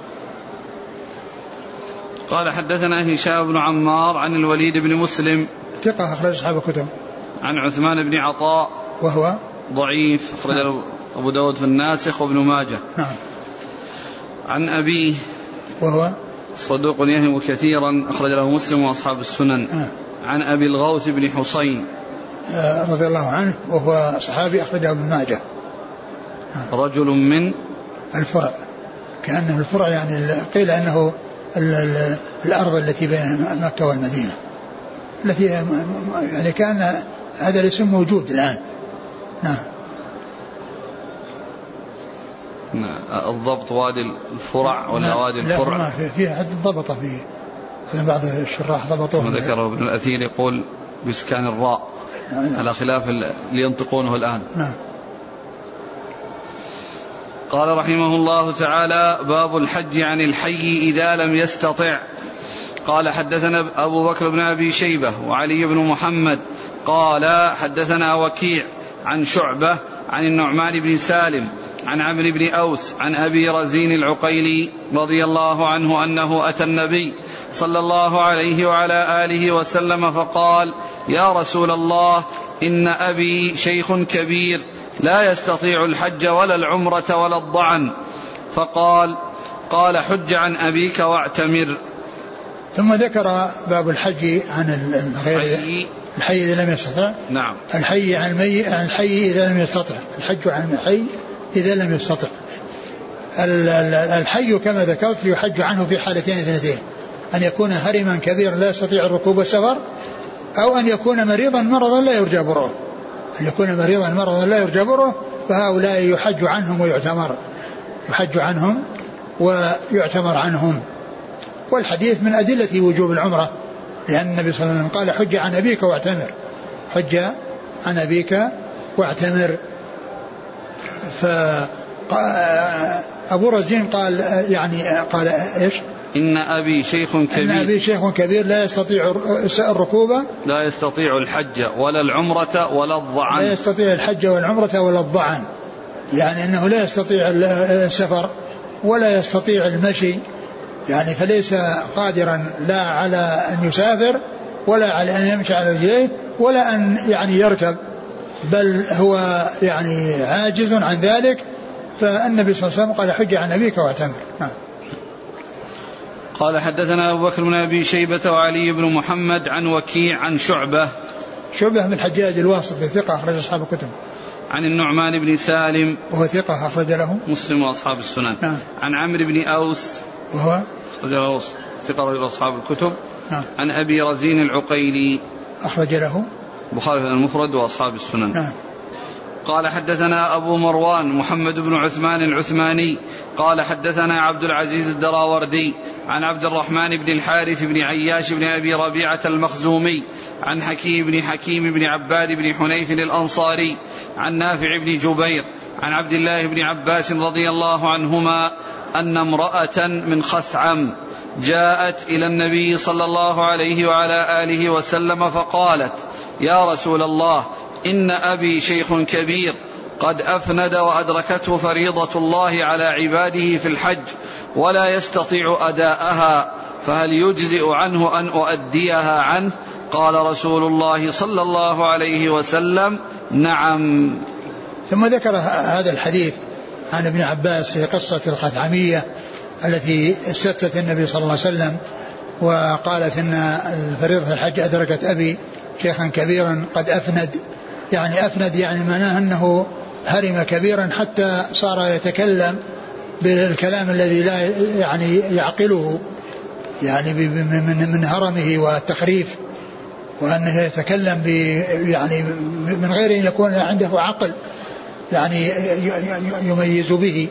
Speaker 1: قال: حدثنا هشام بن عمار عن الوليد بن مسلم
Speaker 2: ثقة أخرج أصحاب الكتب.
Speaker 1: عن عثمان بن عطاء
Speaker 2: وهو
Speaker 1: ضعيف أخرج له أبو داود في الناسخ وابن ماجه.
Speaker 2: نعم.
Speaker 1: عن أبيه
Speaker 2: وهو
Speaker 1: صدوق يهم كثيرا أخرج له مسلم وأصحاب السنن.
Speaker 2: آه.
Speaker 1: عن أبي الغوث بن حسين
Speaker 2: آه رضي الله عنه وهو صحابي أخرجه ابن ماجه.
Speaker 1: آه. رجل من
Speaker 2: الفرع، كأنه الفرع يعني قيل أنه ال ال الأرض التي بين مكة والمدينة، التي يعني كان هذا الاسم موجود الآن. نعم.
Speaker 1: الضبط وادي الفرع ولا وادي الفرع؟
Speaker 2: لا، في في حد ضبطه فيه، بعض الشراح ضبطوه.
Speaker 1: وذكره ابن الأثير يقول بإسكان الراء. نعم. على خلاف اللي ينطقونه الآن.
Speaker 2: نعم.
Speaker 1: قال رحمه الله تعالى: باب الحج عن الحي إذا لم يستطع. قال: حدثنا أبو بكر بن أبي شيبة وعلي بن محمد قال: حدثنا وكيع عن شعبة عن النعمان بن سالم عن عمرو بن أوس عن أبي رزين العقيلي رضي الله عنه أنه أتى النبي صلى الله عليه وعلى آله وسلم فقال: يا رسول الله، إن أبي شيخ كبير لا يستطيع الحج ولا العمرة ولا الضعن. فقال: قال: حج عن أبيك واعتمر.
Speaker 2: ثم ذكر باب الحج عن الغير، الحي إذا لم يستطع.
Speaker 1: نعم.
Speaker 2: الحي عن المي عن الحي إذا لم يستطع، الحج عن الحي إذا لم يستطع. الحي كما ذكرت يحج عنه في حالتين اثنتين: أن يكون هرما كبيرا لا يستطيع الركوب والسفر، أو أن يكون مريضا مرضا لا يرجى بره. أن يكون مريضا مرضا لا يرجى بره، فهؤلاء يحج عنهم ويعتمر، يحج عنهم ويعتمر عنهم. والحديث من أدلة وجوب العمرة، لأن النبي صلى الله عليه وسلم قال: حج عن أبيك واعتمر، حج عن أبيك واعتمر. فأبو رزين قال يعني قال إيش؟
Speaker 1: إن أبي شيخ كبير،
Speaker 2: إن أبي شيخ كبير لا يستطيع الركوب،
Speaker 1: لا يستطيع الحج ولا العمرة ولا الضعن،
Speaker 2: لا يستطيع الحج والعمرة ولا الضعن، يعني أنه لا يستطيع السفر ولا يستطيع المشي، يعني فليس قادرا لا على أن يسافر ولا على أن يمشي على رجليه ولا أن يعني يركب، بل هو يعني عاجز عن ذلك. فالنبي صلى الله عليه وسلم قال: حج عن أبيك واعتمر. نعم.
Speaker 1: قال: حدثنا أبو بكر بن أبي شيبة وعلي بن محمد عن وكيع عن شعبة
Speaker 2: شعبة من الحجاج الواسطي ثقة أخرج أصحاب الكتب.
Speaker 1: عن النعمان بن سالم
Speaker 2: وهو ثقة أخرج له
Speaker 1: مسلم وأصحاب السنن.
Speaker 2: نعم.
Speaker 1: عن عمرو بن أوس
Speaker 2: وهو
Speaker 1: أخرج له ثقة أخرج أصحاب الكتب.
Speaker 2: نعم.
Speaker 1: عن أبي رزين العقيلي
Speaker 2: أخرج له
Speaker 1: البخاري المفرد وأصحاب السنن.
Speaker 2: نعم.
Speaker 1: قال: حدثنا أبو مروان محمد بن عثمان العثماني قال: حدثنا عبد العزيز الدراوردي عن عبد الرحمن بن الحارث بن عياش بن أبي ربيعة المخزومي عن حكيم بن حكيم بن عباد بن حنيف الأنصاري عن نافع بن جبير عن عبد الله بن عباس رضي الله عنهما أن امرأة من خثعم جاءت إلى النبي صلى الله عليه وعلى آله وسلم فقالت: يا رسول الله، إن أبي شيخ كبير قد أفند وأدركته فريضة الله على عباده في الحج، ولا يستطيع أداءها، فهل يجزئ عنه أن أؤديها عنه؟ قال رسول الله صلى الله عليه وسلم: نعم.
Speaker 2: ثم ذكر هذا الحديث عن ابن عباس في قصة الخثعمية التي استفتت النبي صلى الله عليه وسلم وقالت إن فريضة الحج أدركت أبي شيخا كبيرا قد أفند، يعني أفند يعني معناه أنه هرم كبيرا حتى صار يتكلم بالكلام الذي لا يعني يعقله، يعني من من هرمه والتخريف، وأنه يتكلم يعني من غير أن يكون عنده عقل يعني يميز به.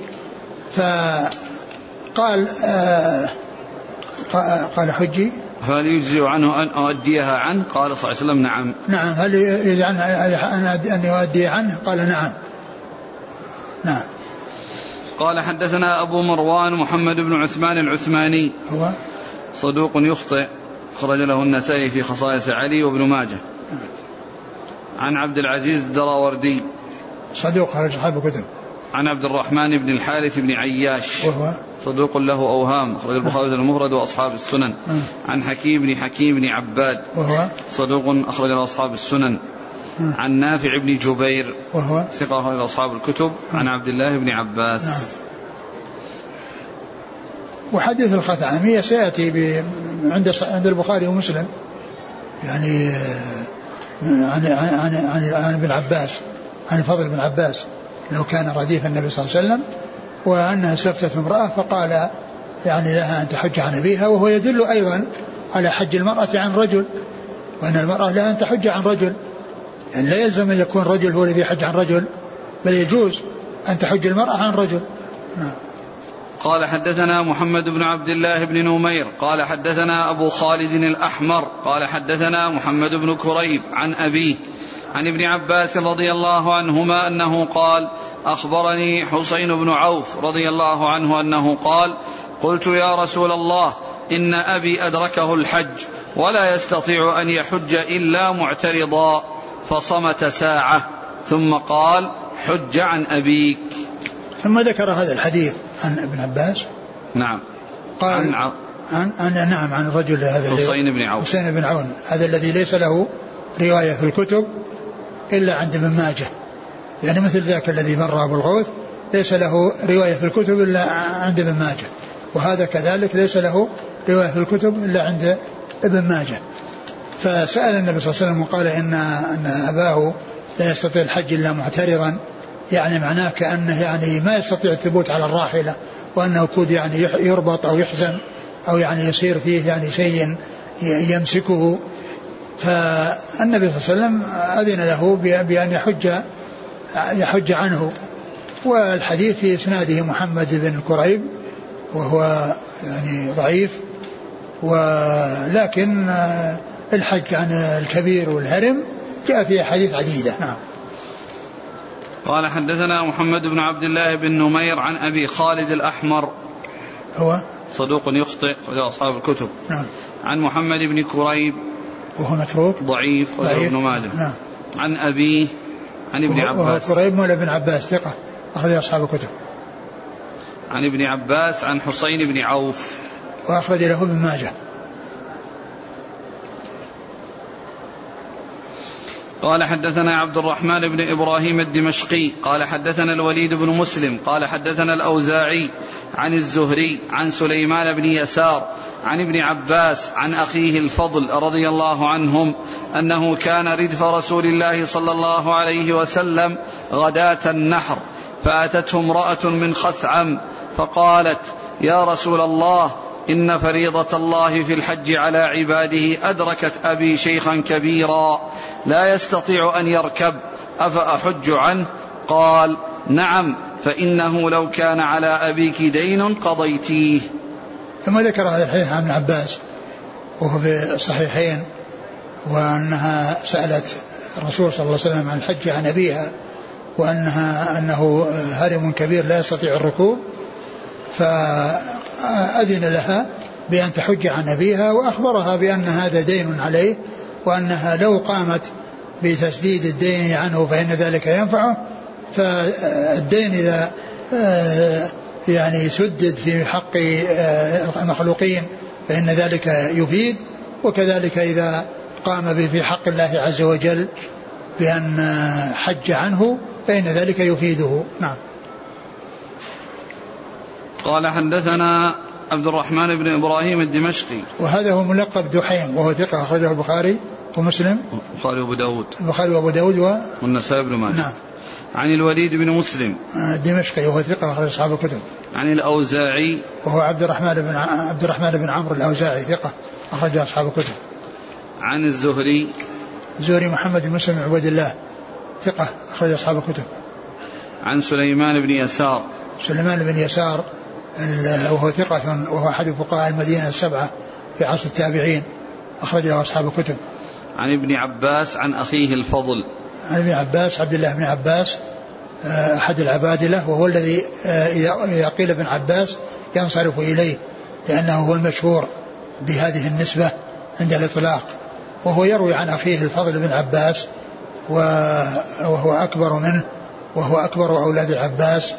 Speaker 2: فقال آه قال حجي
Speaker 1: هل يجزئ عنه أن أؤديها عنه؟ قال صلى الله عليه وسلم: نعم.
Speaker 2: نعم. هل يجزئ عنه أن يؤدي عنه؟ قال: نعم. نعم.
Speaker 1: قال: حدثنا أبو مروان محمد بن عثمان العثماني،
Speaker 2: هو
Speaker 1: صدوق يخطئ، خرج له النسائي في خصائص علي وابن ماجه. عن عبد العزيز الدراوردي،
Speaker 2: صدوق، خرج أصحاب الكتب.
Speaker 1: عن عبد الرحمن بن الحارث بن عياش،
Speaker 2: وهو
Speaker 1: صدوق له أوهام، خرج البخاري المفرد وأصحاب السنن. عن حكيم بن حكيم بن عباد،
Speaker 2: وهو
Speaker 1: صدوق أخرج له أصحاب السنن. عن نافع بن جبير،
Speaker 2: وهو
Speaker 1: ثقة أخرج له أصحاب الكتب. عن عبد الله بن عباس.
Speaker 2: نعم. وحديث الخثعمية سيأتي عند عند البخاري ومسلم، يعني عن عن عن, عن ابن عباس، عن الفضل بن عباس لو كان رديف النبي صلى الله عليه وسلم، وأنها استفتت امرأة فقال يعني لها أن تحج عن أبيها، وهو يدل أيضا على حج المرأة عن رجل، وأن المرأة لها أن تحج عن رجل، يعني لا يلزم أن يكون رجل هو الذي يحج عن رجل، بل يجوز أن تحج المرأة عن رجل. نعم.
Speaker 1: قال: حدثنا محمد بن عبد الله بن نمير قال حدثنا أبو خالد الأحمر قال حدثنا محمد بن كريب عن أبيه عن ابن عباس رضي الله عنهما أنه قال: أخبرني حسين بن عوف رضي الله عنه أنه قال: قلت يا رسول الله إن أبي أدركه الحج ولا يستطيع أن يحج إلا معترضا، فصمت ساعة ثم قال: حج عن أبيك.
Speaker 2: ثم ذكر هذا الحديث عن ابن عباس.
Speaker 1: نعم.
Speaker 2: قال
Speaker 1: عن,
Speaker 2: عن, عن نعم عن الرجل هذا
Speaker 1: حسين بن عوف،
Speaker 2: حسين بن عون، هذا الذي ليس له رواية في الكتب إلا عند ابن ماجه، يعني مثل ذاك الذي مر أبو الغوث ليس له رواية في الكتب إلا عند ابن ماجه، وهذا كذلك ليس له رواية في الكتب إلا عند ابن ماجه. فسأل النبي صلى الله عليه وسلم وقال إن, إن أباه لا يستطيع الحج إلا معترضا، يعني معناه كأنه يعني ما يستطيع الثبوت على الراحلة، وأنه كود يعني يربط أو يحزم أو يعني يصير فيه يعني شيء يمسكه. فالنبي صلى الله عليه وسلم أذن له بأن يحج يحج عنه. والحديث في إسناده محمد بن كريب وهو يعني ضعيف، ولكن الحج عن الكبير والهرم جاء في حديث عديدة. نعم.
Speaker 1: قال: حدثنا محمد بن عبد الله بن نمير عن أبي خالد الأحمر،
Speaker 2: هو
Speaker 1: صدوق يخطئ وله أصحاب الكتب.
Speaker 2: نعم.
Speaker 1: عن محمد بن كريب
Speaker 2: وهو متروك
Speaker 1: ضعيف وله ابن ماجه.
Speaker 2: نعم.
Speaker 1: عن أبيه عن ابن عباس،
Speaker 2: وهو كريب مولى ابن عباس ثقة أخرج أصحاب الكتب.
Speaker 1: عن ابن عباس عن حسين بن عوف
Speaker 2: وأخرج له ابن ماجه.
Speaker 1: قال: حدثنا عبد الرحمن بن إبراهيم الدمشقي قال حدثنا الوليد بن مسلم قال حدثنا الأوزاعي عن الزهري عن سليمان بن يسار عن ابن عباس عن أخيه الفضل رضي الله عنهم أنه كان ردف رسول الله صلى الله عليه وسلم غداة النحر، فأتته امرأة من خثعم فقالت: يا رسول الله إن فريضة الله في الحج على عباده أدركت أبي شيخا كبيرا لا يستطيع أن يركب، أفأحج عنه؟ قال: نعم، فإنه لو كان على أبيك دين قضيتيه.
Speaker 2: ثم ذكر هذا الحديث عن ابن عباس وهو في الصحيحين، وأنها سألت الرسول صلى الله عليه وسلم عن الحج عن أبيها، وأنها أنه هرم كبير لا يستطيع الركوب، فأذن لها بأن تحج عن أبيها، وأخبرها بأن هذا دين عليه، وأنها لو قامت بتسديد الدين عنه فإن ذلك ينفعه، فالدين إذا يعني سدد في حق المخلوقين فإن ذلك يفيد، وكذلك إذا قام به في حق الله عز وجل بأن حج عنه فإن ذلك يفيده. نعم.
Speaker 1: قال حدثنا عبد الرحمن بن إبراهيم الدمشقي،
Speaker 2: وهذا هو ملقب دحيم وهو ثقة أخرجه البخاري ومسلم
Speaker 1: البخاري وأبو داود
Speaker 2: البخاري وأبو داود و...
Speaker 1: والنسائي بن ماجه.
Speaker 2: نعم.
Speaker 1: عن الوليد بن مسلم
Speaker 2: الدمشقي وهو ثقة أخرج أصحاب الكتب.
Speaker 1: عن الأوزاعي
Speaker 2: وهو عبد الرحمن بن عبد الرحمن بن عمرو الأوزاعي ثقة أخرج أصحاب الكتب.
Speaker 1: عن الزهري
Speaker 2: زهري محمد بن مسلم عبد الله ثقة أخرج أصحاب الكتب.
Speaker 1: عن سليمان بن يسار
Speaker 2: سليمان بن يسار وهو ثقة وهو أحد فقهاء المدينة السبعة في عصر التابعين أخرجه أصحاب الكتب.
Speaker 1: عن ابن عباس عن أخيه الفضل
Speaker 2: عن ابن عباس عبد الله بن عباس أحد العبادلة، وهو الذي إذا قيل ابن عباس ينصرف إليه لأنه هو المشهور بهذه النسبة عند الإطلاق، وهو يروي عن أخيه الفضل بن عباس وهو أكبر منه وهو أكبر أولاد العباس،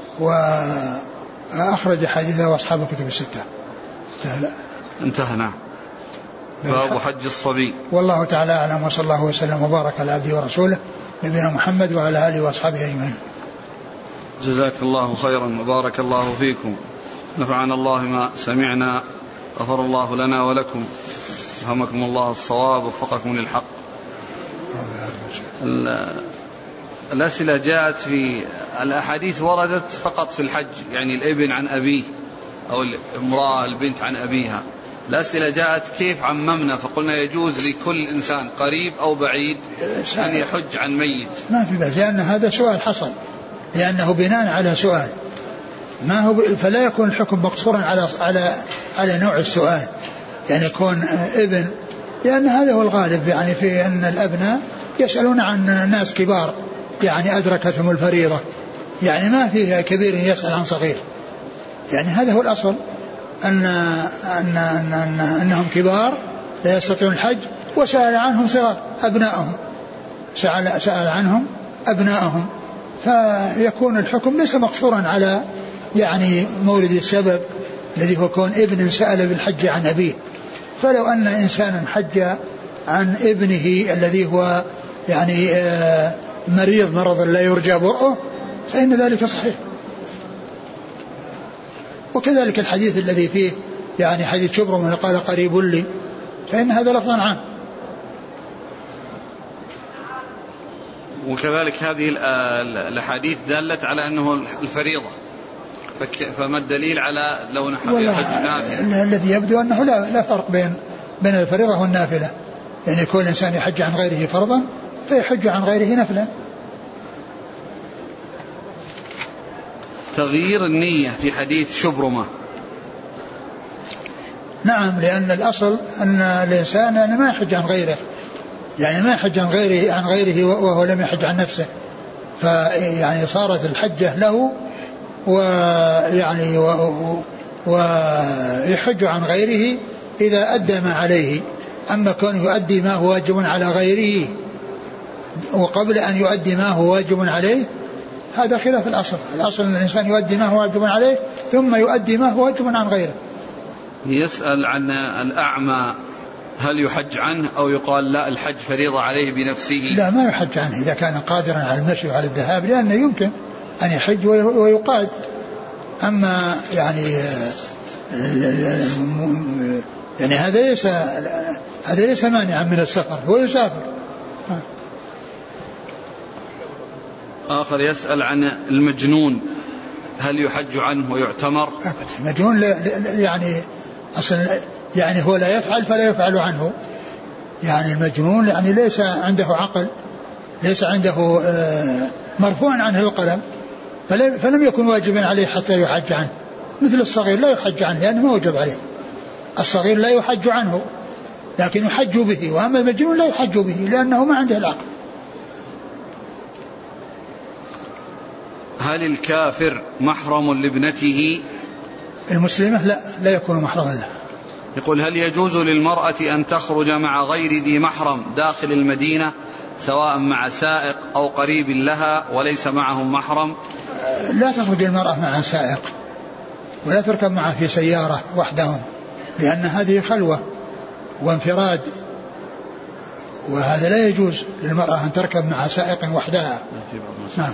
Speaker 2: وأخرج حديثه أصحاب الكتب الستة.
Speaker 1: انتهى. نعم. باب حج الصبي.
Speaker 2: والله تعالى أعلم، وصلى الله وسلم وبارك على عبده ورسوله نبينا محمد وعلى آله وأصحابه أجمعين.
Speaker 1: جزاك الله خيرا وبارك الله فيكم، نفعنا الله ما سمعنا، غفر الله لنا ولكم، فهمكم الله الصواب ووفقكم للحق. الأسئلة جاءت في الأحاديث وردت فقط في الحج، يعني الابن عن أبيه أو الامرأة البنت عن أبيها. الأسئلة جاءت كيف عممنا فقلنا يجوز لكل إنسان قريب أو بعيد أن يحج عن ميت.
Speaker 2: ما في بأس، لأن هذا سؤال حصل، لأنه بناء على سؤال ما هو، فلا يكون الحكم مقصورا على على على نوع السؤال، يعني يكون ابن، لأن هذا هو الغالب، يعني في أن الأبناء يسألون عن ناس كبار يعني أدركتهم الفريضة، يعني ما فيها كبير يسأل عن صغير، يعني هذا هو الأصل، أن, أن, أن, أن أنهم كبار لا يستطيعون الحج، وسأل عنهم صغار أبنائهم، سأل, سأل عنهم أبنائهم، فيكون الحكم ليس مقصورا على يعني مورد السبب الذي هو كون ابن سأل بالحج عن أبيه. فلو أن إنسانا حج عن ابنه الذي هو يعني مريض مرضا لا يرجى برؤه فإن ذلك صحيح. وكذلك الحديث الذي فيه يعني حديث شبر من قال قريب لي، فإن هذا لفظا عام.
Speaker 1: وكذلك هذه الأحاديث دالت على أنه الفريضة، فما الدليل على لو نحن حج نافلة؟
Speaker 2: الذي يبدو أنه لا, لا فرق بين بين الفريضة والنافلة، يعني كل إنسان يحج عن غيره فرضا فيحج عن غيره نفلا.
Speaker 1: تغيير النية في حديث شبرمة.
Speaker 2: نعم، لأن الأصل أن الإنسان يعني ما يحج عن غيره، يعني ما يحج عن غيره عن غيره وهو لم يحج عن نفسه، فيعني صارت الحجة له ويعني ويحج عن غيره إذا أدى ما عليه. أما كونه يؤدي ما هو واجب على غيره وقبل أن يؤدي ما هو واجب عليه هذا خلاف الأصل. الأصل أن الإنسان يؤدي ما هو واجب عليه ثم يؤدي ما هو واجب عن غيره.
Speaker 1: يسأل عن الأعمى هل يحج عنه أو يقال لا الحج فريضة عليه بنفسه؟
Speaker 2: لا، ما يحج عنه إذا كان قادرا على المشي وعلى الذهاب، لأنه يمكن أن يحج ويقاد. أما يعني يعني هذا ليس هذا ليس مانعا من السفر، هو يسافر.
Speaker 1: آخر يسأل عن المجنون هل يحج عنه ويعتمر؟
Speaker 2: المجنون يعني أصلا يعني هو لا يفعل فلا يفعل عنه، يعني المجنون يعني ليس عنده عقل، ليس عنده مرفوع عنه القلم، فلم يكن واجبا عليه حتى يحج عنه. مثل الصغير لا يحج عنه لأنه ما وجب عليه، الصغير لا يحج عنه لكن يحج به، وأما المجنون لا يحج به لأنه ما عنده العقل.
Speaker 1: هل الكافر محرم لابنته
Speaker 2: المسلمة؟ لا، لا يكون محرما لها.
Speaker 1: يقول هل يجوز للمرأة أن تخرج مع غير ذي محرم داخل المدينة سواء مع سائق أو قريب لها وليس معهم محرم؟
Speaker 2: لا تخرج المرأة مع سائق ولا تركب معه في سيارة وحدهم، لأن هذه خلوة وانفراد، وهذا لا يجوز للمرأة أن تركب مع سائق وحدها. نعم.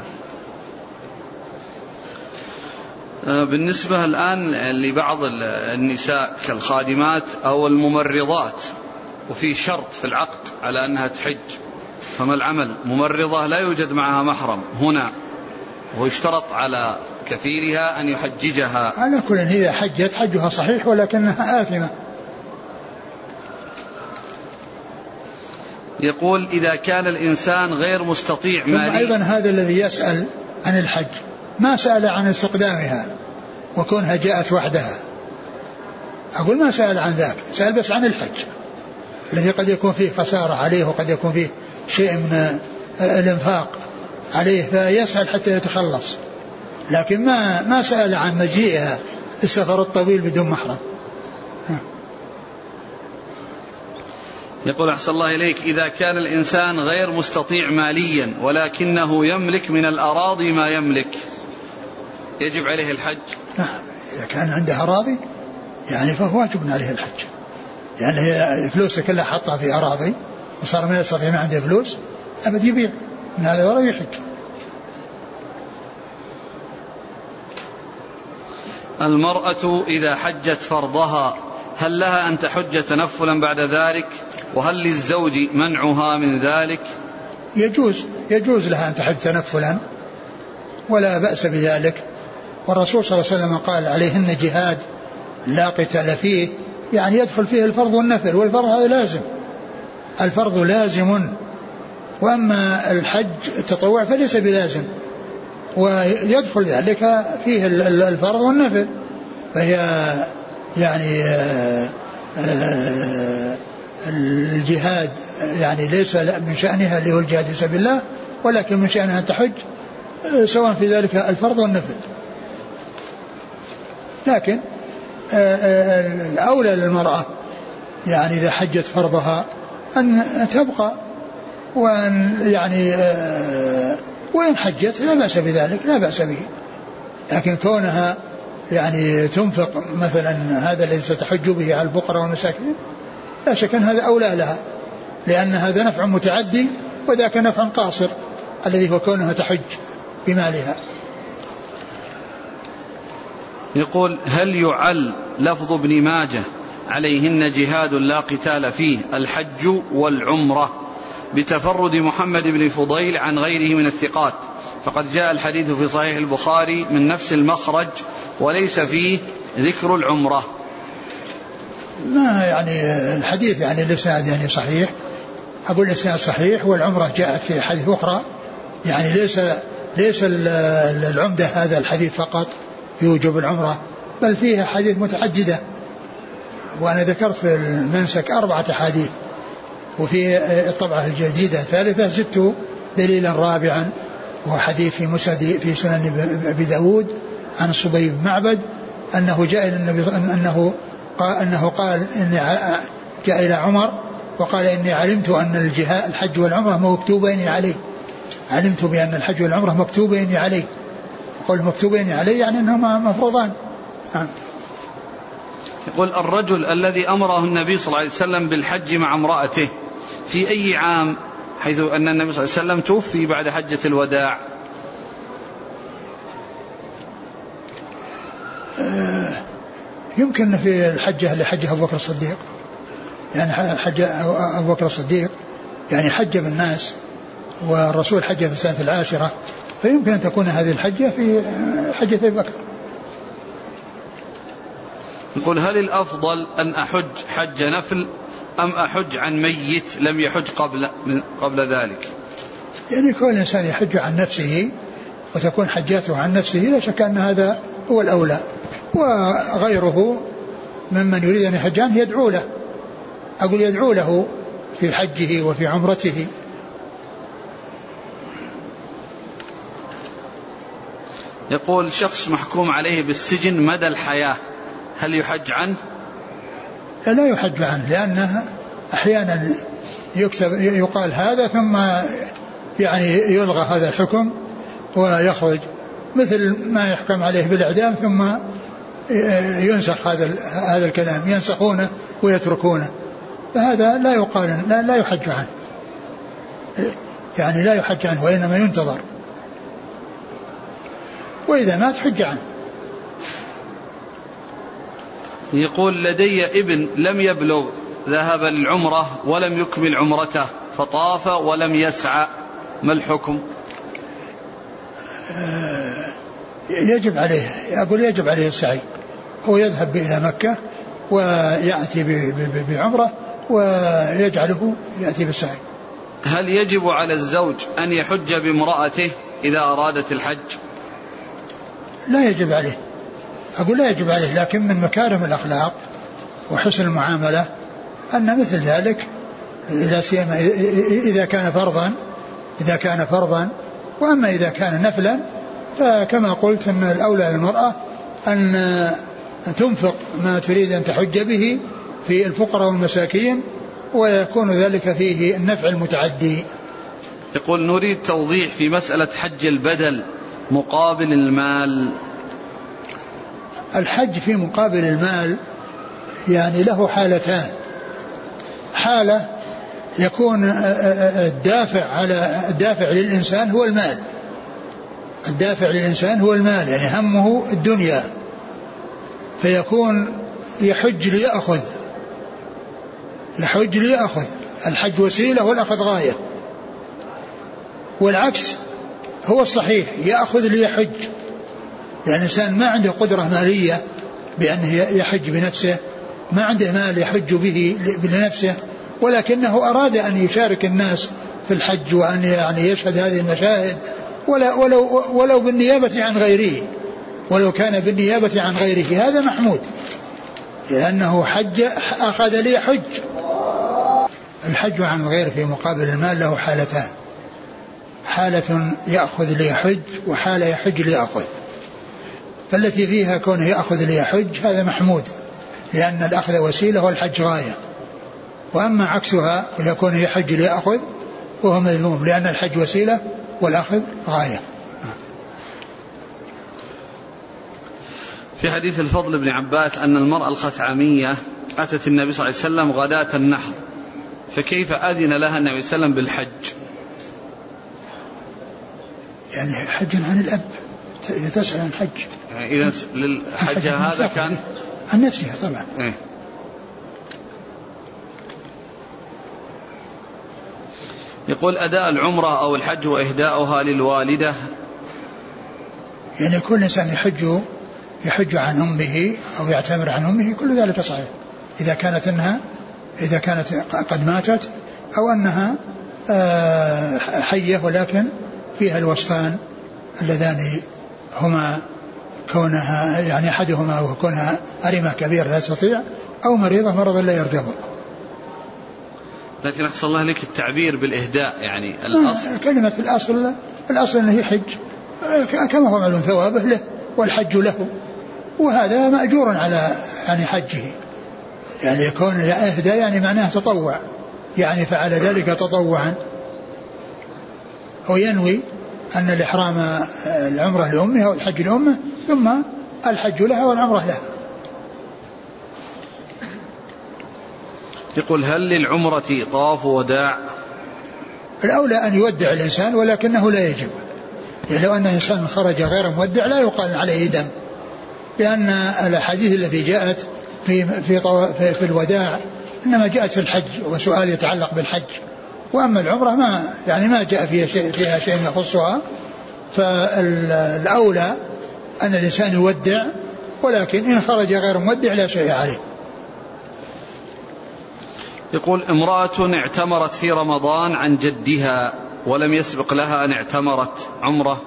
Speaker 1: بالنسبة الآن لبعض النساء كالخادمات أو الممرضات، وفي شرط في العقد على أنها تحج، فما العمل؟ ممرضة لا يوجد معها محرم هنا، ويشترط على كفيلها أن يحججها.
Speaker 2: على كل هي حجت حجها صحيح ولكنها آثمة.
Speaker 1: يقول إذا كان الإنسان غير مستطيع ماليا.
Speaker 2: أيضا هذا الذي يسأل عن الحج ما سأل عن استقدامها وكونها جاءت وحدها، أقول ما سأل عن ذاك، سأل بس عن الحج الذي قد يكون فيه خسارة عليه وقد يكون فيه شيء من الانفاق عليه، فيسأل حتى يتخلص، لكن ما ما سأل عن مجيئها السفر الطويل بدون محرم.
Speaker 1: يقول أحسن الله إليك، إذا كان الإنسان غير مستطيع ماليا ولكنه يملك من الأراضي ما يملك، يجب عليه الحج؟
Speaker 2: نعم، إذا كان عنده أراضي يعني فهو واجب عليه الحج، يعني هي فلوسه كلها حطها في أراضي وصار ما يستطيع، ما عنده فلوس أبد يبيع من هذا الأراضي يحج.
Speaker 1: المرأة إذا حجت فرضها هل لها أن تحج تنفلا بعد ذلك؟ وهل للزوج منعها من ذلك؟
Speaker 2: يجوز يجوز لها أن تحج تنفلا ولا بأس بذلك، والرسول صلى الله عليه وسلم قال عليهن جهاد لا قتال فيه، يعني يدخل فيه الفرض والنفل، والفرض هذا لازم، الفرض لازم، وأما الحج التطوع فليس بلازم، ويدخل ذلك فيه الفرض والنفل، فهي يعني آآ آآ الجهاد يعني ليس من شأنها اللي هو الجهاد في سبيل الله، ولكن من شأنها تحج سواء في ذلك الفرض والنفل. لكن الأولى للمرأة يعني إذا حجت فرضها أن تبقى، وأن يعني وإن حجت لا بأس بذلك، لا بأس به، لكن كونها يعني تنفق مثلا هذا الذي ستحج به على الفقراء والمساكين لا شك أن هذا أولى لها، لأن هذا نفع متعدي وذاك نفع قاصر الذي هو كونها تحج بمالها.
Speaker 1: يقول هل يعل لفظ ابن ماجه عليهن جهاد لا قتال فيه الحج والعمرة بتفرد محمد بن فضيل عن غيره من الثقات، فقد جاء الحديث في صحيح البخاري من نفس المخرج وليس فيه ذكر العمرة؟
Speaker 2: ما يعني الحديث يعني الإسناد يعني صحيح، أقول الإسناد صحيح، والعمرة جاءت في حديث أخرى، يعني ليس ليس العمدة هذا الحديث فقط في وجوب العمرة، بل فيها حديث متعددة، وأنا ذكرت في المنسك أربعة حديث، وفي الطبعة الجديدة ثالثة زدت دليلا رابعا، وهو حديث في مسند في سنن أبي داود عن الصبي بن معبد أنه جاء إلى النبي أنه قال أنه قال إني جاء إلى عمر وقال إني علمت أن الجهاد الحج والعمرة مكتوبين عليه، علمت بأن الحج والعمرة مكتوبين عليه، قل مكتوبين عليه يعني أنهما مفروضان.
Speaker 1: يقول الرجل الذي أمره النبي صلى الله عليه وسلم بالحج مع امرأته في أي عام، حيث أن النبي صلى الله عليه وسلم توفي بعد حجة الوداع؟
Speaker 2: يمكن في الحجة اللي حجها أبو بكر الصديق، يعني حج أبو بكر الصديق يعني حج بالناس، والرسول حج في السنة العاشرة، فيمكن أن تكون هذه الحجة في حجة أبي بكر.
Speaker 1: يقول هل الأفضل أن أحج حج نفل أم أحج عن ميت لم يحج قبل قبل ذلك؟
Speaker 2: يعني كل إنسان يحج عن نفسه وتكون حجاته عن نفسه لا شك أن هذا هو الأولى، وغيره ممن يريد أن يحج عنه يدعو له، أقول يدعو له في حجه وفي عمرته.
Speaker 1: يقول شخص محكوم عليه بالسجن مدى الحياة هل يحج عنه؟
Speaker 2: لا يحج عنه، لأنه أحيانا يكتب يقال هذا ثم يعني يلغى هذا الحكم ويخرج، مثل ما يحكم عليه بالإعدام ثم ينسخ هذا هذا الكلام، ينسخونه ويتركونه، فهذا لا يقال لا, لا يحج عنه، يعني لا يحج عنه وإنما ينتظر، وإذا مات حج عنه.
Speaker 1: يقول لدي ابن لم يبلغ، ذهب للعمرة ولم يكمل عمرته فطاف ولم يسعى، ما الحكم؟
Speaker 2: يجب عليه، أقول يجب عليه السعي، هو يذهب إلى مكة ويأتي بعمرة ويجعله يأتي بالسعي.
Speaker 1: هل يجب على الزوج أن يحج بامرأته إذا أرادت الحج؟
Speaker 2: لا يجب عليه، أقول لا يجب عليه، لكن من مكارم الأخلاق وحسن المعاملة أن مثل ذلك إذا سيما إذا كان فرضا إذا كان فرضا وأما إذا كان نفلا فكما قلت أن الأولى للمرأة أن تنفق ما تريد أن تحج به في الفقراء والمساكين، ويكون ذلك فيه النفع المتعدي.
Speaker 1: يقول نريد توضيح في مسألة حج البدل مقابل المال.
Speaker 2: الحج في مقابل المال يعني له حالتان، حالة يكون الدافع على الدافع للإنسان هو المال، الدافع للإنسان هو المال، يعني همه الدنيا، فيكون يحج ليأخذ يحج ليأخذ الحج وسيلة والأخذ غاية، والعكس هو الصحيح، يأخذ ليحج، يعني الإنسان ما عنده قدرة مالية بأنه يحج بنفسه، ما عنده مال يحج به لنفسه، ولكنه أراد أن يشارك الناس في الحج وأن يعني يشهد هذه المشاهد ولا ولو, ولو بالنيابة عن غيره، ولو كان بالنيابة عن غيره، هذا محمود لأنه حج أخذ ليحج. الحج عن الغير في مقابل المال له حالتان، حالة يأخذ ليحج وحالة يحج ليأخذ، فالتي فيها كونه يأخذ ليحج هذا محمود لأن الأخذ وسيلة والحج غاية، وأما عكسها يكون يحج ليأخذ وهو مذموم لأن الحج وسيلة والأخذ غاية.
Speaker 1: في حديث الفضل بن عباس أن المرأة الخثعمية أتت النبي صلى الله عليه وسلم غداة النحر، فكيف أذن لها النبي صلى الله عليه وسلم بالحج؟
Speaker 2: يعني حج عن الأب، تسأل عن الحج،
Speaker 1: يعني إذا للحج هذا كان
Speaker 2: عن نفسها طبعا.
Speaker 1: إيه؟ يقول أداء العمرة أو الحج وإهداؤها للوالدة،
Speaker 2: يعني كل إنسان يحج يحج عن أمه أو يعتمر عن أمه، كل ذلك صحيح إذا كانت إنها إذا كانت قد ماتت أو أنها حية ولكن فيها الوصفان اللذان هما كونها يعني أحدهما وكونها أرمة كبيرة لا تستطيع، أو مريضة مرضا لا يرجبه.
Speaker 1: لكن أحسن الله لك التعبير بالإهداء، يعني الأصل
Speaker 2: كلمة الأصل الأصل أنه يحج كما هو معلوم ثوابه له والحج له، وهذا مأجور على يعني حجه، يعني يكون إهدى يعني معناه تطوع، يعني فعل ذلك تطوعا، هو ينوي أن الإحرام العمرة لأمها والحج لأمه ثم الحج لها والعمرة لها.
Speaker 1: يقول هل للعمرة طواف وداع؟
Speaker 2: الأولى أن يودع الإنسان ولكنه لا يجب، يعني لو أن إنسان خرج غير مودع لا يقال عليه دم، لأن الحديث التي جاءت في في في, في الوداع إنما جاءت في الحج وسؤال يتعلق بالحج، وأما العمرة ما يعني ما جاء فيها شيء فيها شيء يخصها، فالأولى أن الإنسان يودع، ولكن إن خرج غير مودع لا شيء عليه.
Speaker 1: يقول امرأة اعتمرت في رمضان عن جدها ولم يسبق لها أن اعتمرت عمرة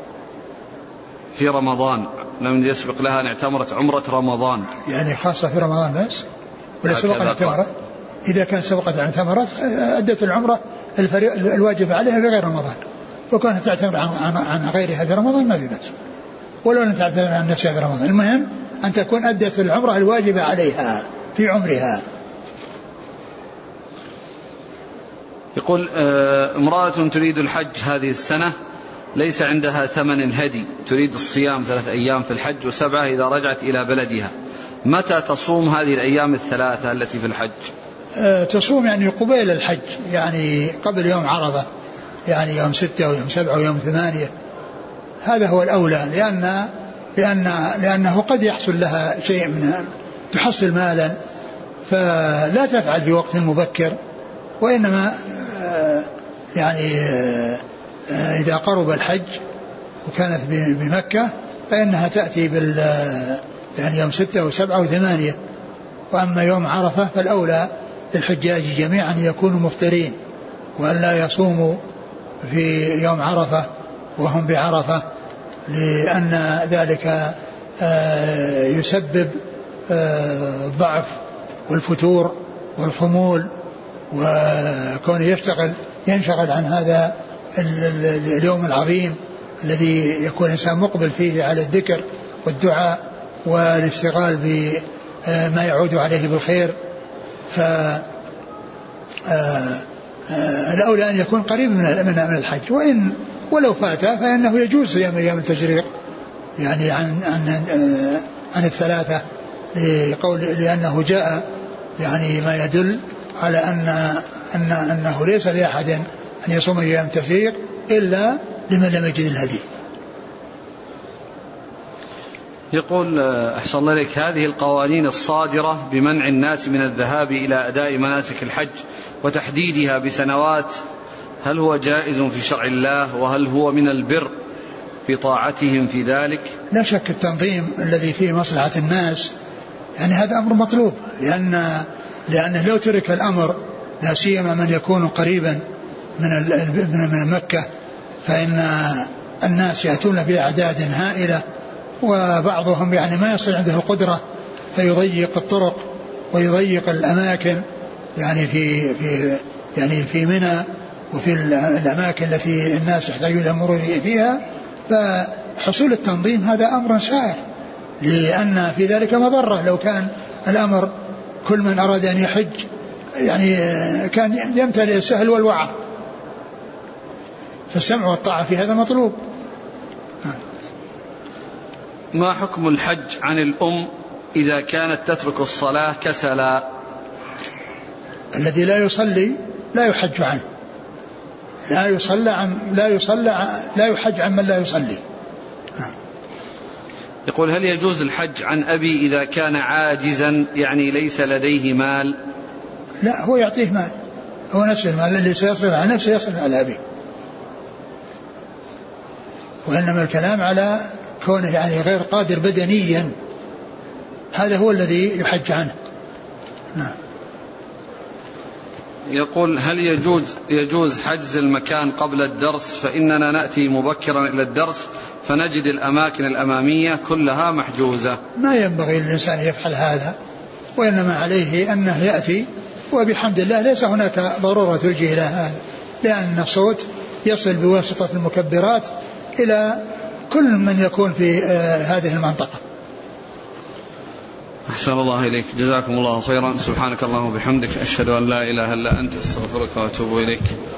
Speaker 1: في رمضان، لم يسبق لها أن اعتمرت عمرة رمضان،
Speaker 2: يعني خاصة في رمضان بس ولا سبق أن اعتمرت؟ إذا كان سبقت أن اعتمرت أدت العمرة الواجب عليها في غير رمضان، وكانت تعتمر عن, عن غيرها في رمضان ما في بأس، ولو أن تعتمر عن نفسها في رمضان، المهم أن تكون أدت العمرة الواجبة عليها في عمرها.
Speaker 1: يقول امرأة تريد الحج هذه السنة ليس عندها ثمن الهدي تريد الصيام ثلاث أيام في الحج وسبعة إذا رجعت إلى بلدها، متى تصوم هذه الأيام الثلاثة التي في الحج؟
Speaker 2: أه تصوم يعني قبيل الحج، يعني قبل يوم عرفة، يعني يوم ستة ويوم سبعة ويوم ثمانية، هذا هو الأولى، لأن لأن لأنه قد يحصل لها شيء من تحصل مالا فلا تفعل في وقت مبكر، وإنما أه يعني أه إذا قرب الحج وكانت بمكة فإنها تأتي بال يعني يوم ستة وسبعة وثمانية. وأما يوم عرفة فالأولى للحجاج جميعا يكونوا مفطرين وأن لا يصوموا في يوم عرفة وهم بعرفة، لأن ذلك يسبب الضعف والفتور والخمول، وكونه يشتغل ينشغل عن هذا اليوم العظيم الذي يكون الإنسان مقبل فيه على الذكر والدعاء والاشتغال بما يعود عليه بالخير. فالأولى أن يكون قريب من الحج، وإن ولو فات فإنه يجوز صيام أيام التشريق يعني عن عن عن الثلاثة، لقول لأنه جاء يعني ما يدل على أن أن أنه ليس لأحد أن يصوم أيام التشريق إلا لمن لم يجد الهدي.
Speaker 1: يقول أحسن الله إليك، هذه القوانين الصادرة بمنع الناس من الذهاب إلى أداء مناسك الحج وتحديدها بسنوات، هل هو جائز في شرع الله؟ وهل هو من البر بطاعتهم في ذلك؟
Speaker 2: لا شك التنظيم الذي فيه مصلحة الناس يعني هذا أمر مطلوب، لأن لأنه لو ترك الأمر لا سيما من يكون قريبا من من مكة فإن الناس يأتون بأعداد هائلة، وبعضهم يعني ما يصل عنده قدرة فيضيق الطرق ويضيق الأماكن، يعني في في يعني في منى وفي الأماكن التي الناس يحتاجون إلى المرور فيها. فحصول التنظيم هذا أمر سائر، لأن في ذلك مضرة. لو كان الأمر كل من أراد أن يحج يعني كان يمتلئ السهل والوعر، فالسمع والطاعة في هذا مطلوب.
Speaker 1: ما حكم الحج عن الأم إذا كانت تترك الصلاة كسلا؟
Speaker 2: الذي لا يصلي لا يحج عنه، لا يصلى عن لا يصلى لا يحج عن من لا يصلي.
Speaker 1: يقول هل يجوز الحج عن أبي إذا كان عاجزا يعني ليس لديه مال؟
Speaker 2: لا، هو يعطيه مال، هو نفس المال اللي سيصرف على نفسه يصرف على أبيه، وإنما الكلام على كونه يعني غير قادر بدنيا، هذا هو الذي يحج عنه. نعم.
Speaker 1: يقول هل يجوز يجوز حجز المكان قبل الدرس؟ فإننا نأتي مبكرا إلى الدرس فنجد الأماكن الأمامية كلها محجوزة.
Speaker 2: ما ينبغي للإنسان يفعل هذا، وإنما عليه أنه يأتي، وبحمد الله ليس هناك ضرورة تلجي إلى هذا، لأن الصوت يصل بواسطة المكبرات إلى كل من يكون في آه هذه المنطقة.
Speaker 1: أحسن الله إليك، جزاكم الله خيرا. سبحانك اللهم وبحمدك، أشهد أن لا إله إلا أنت، أستغفرك وأتوب إليك.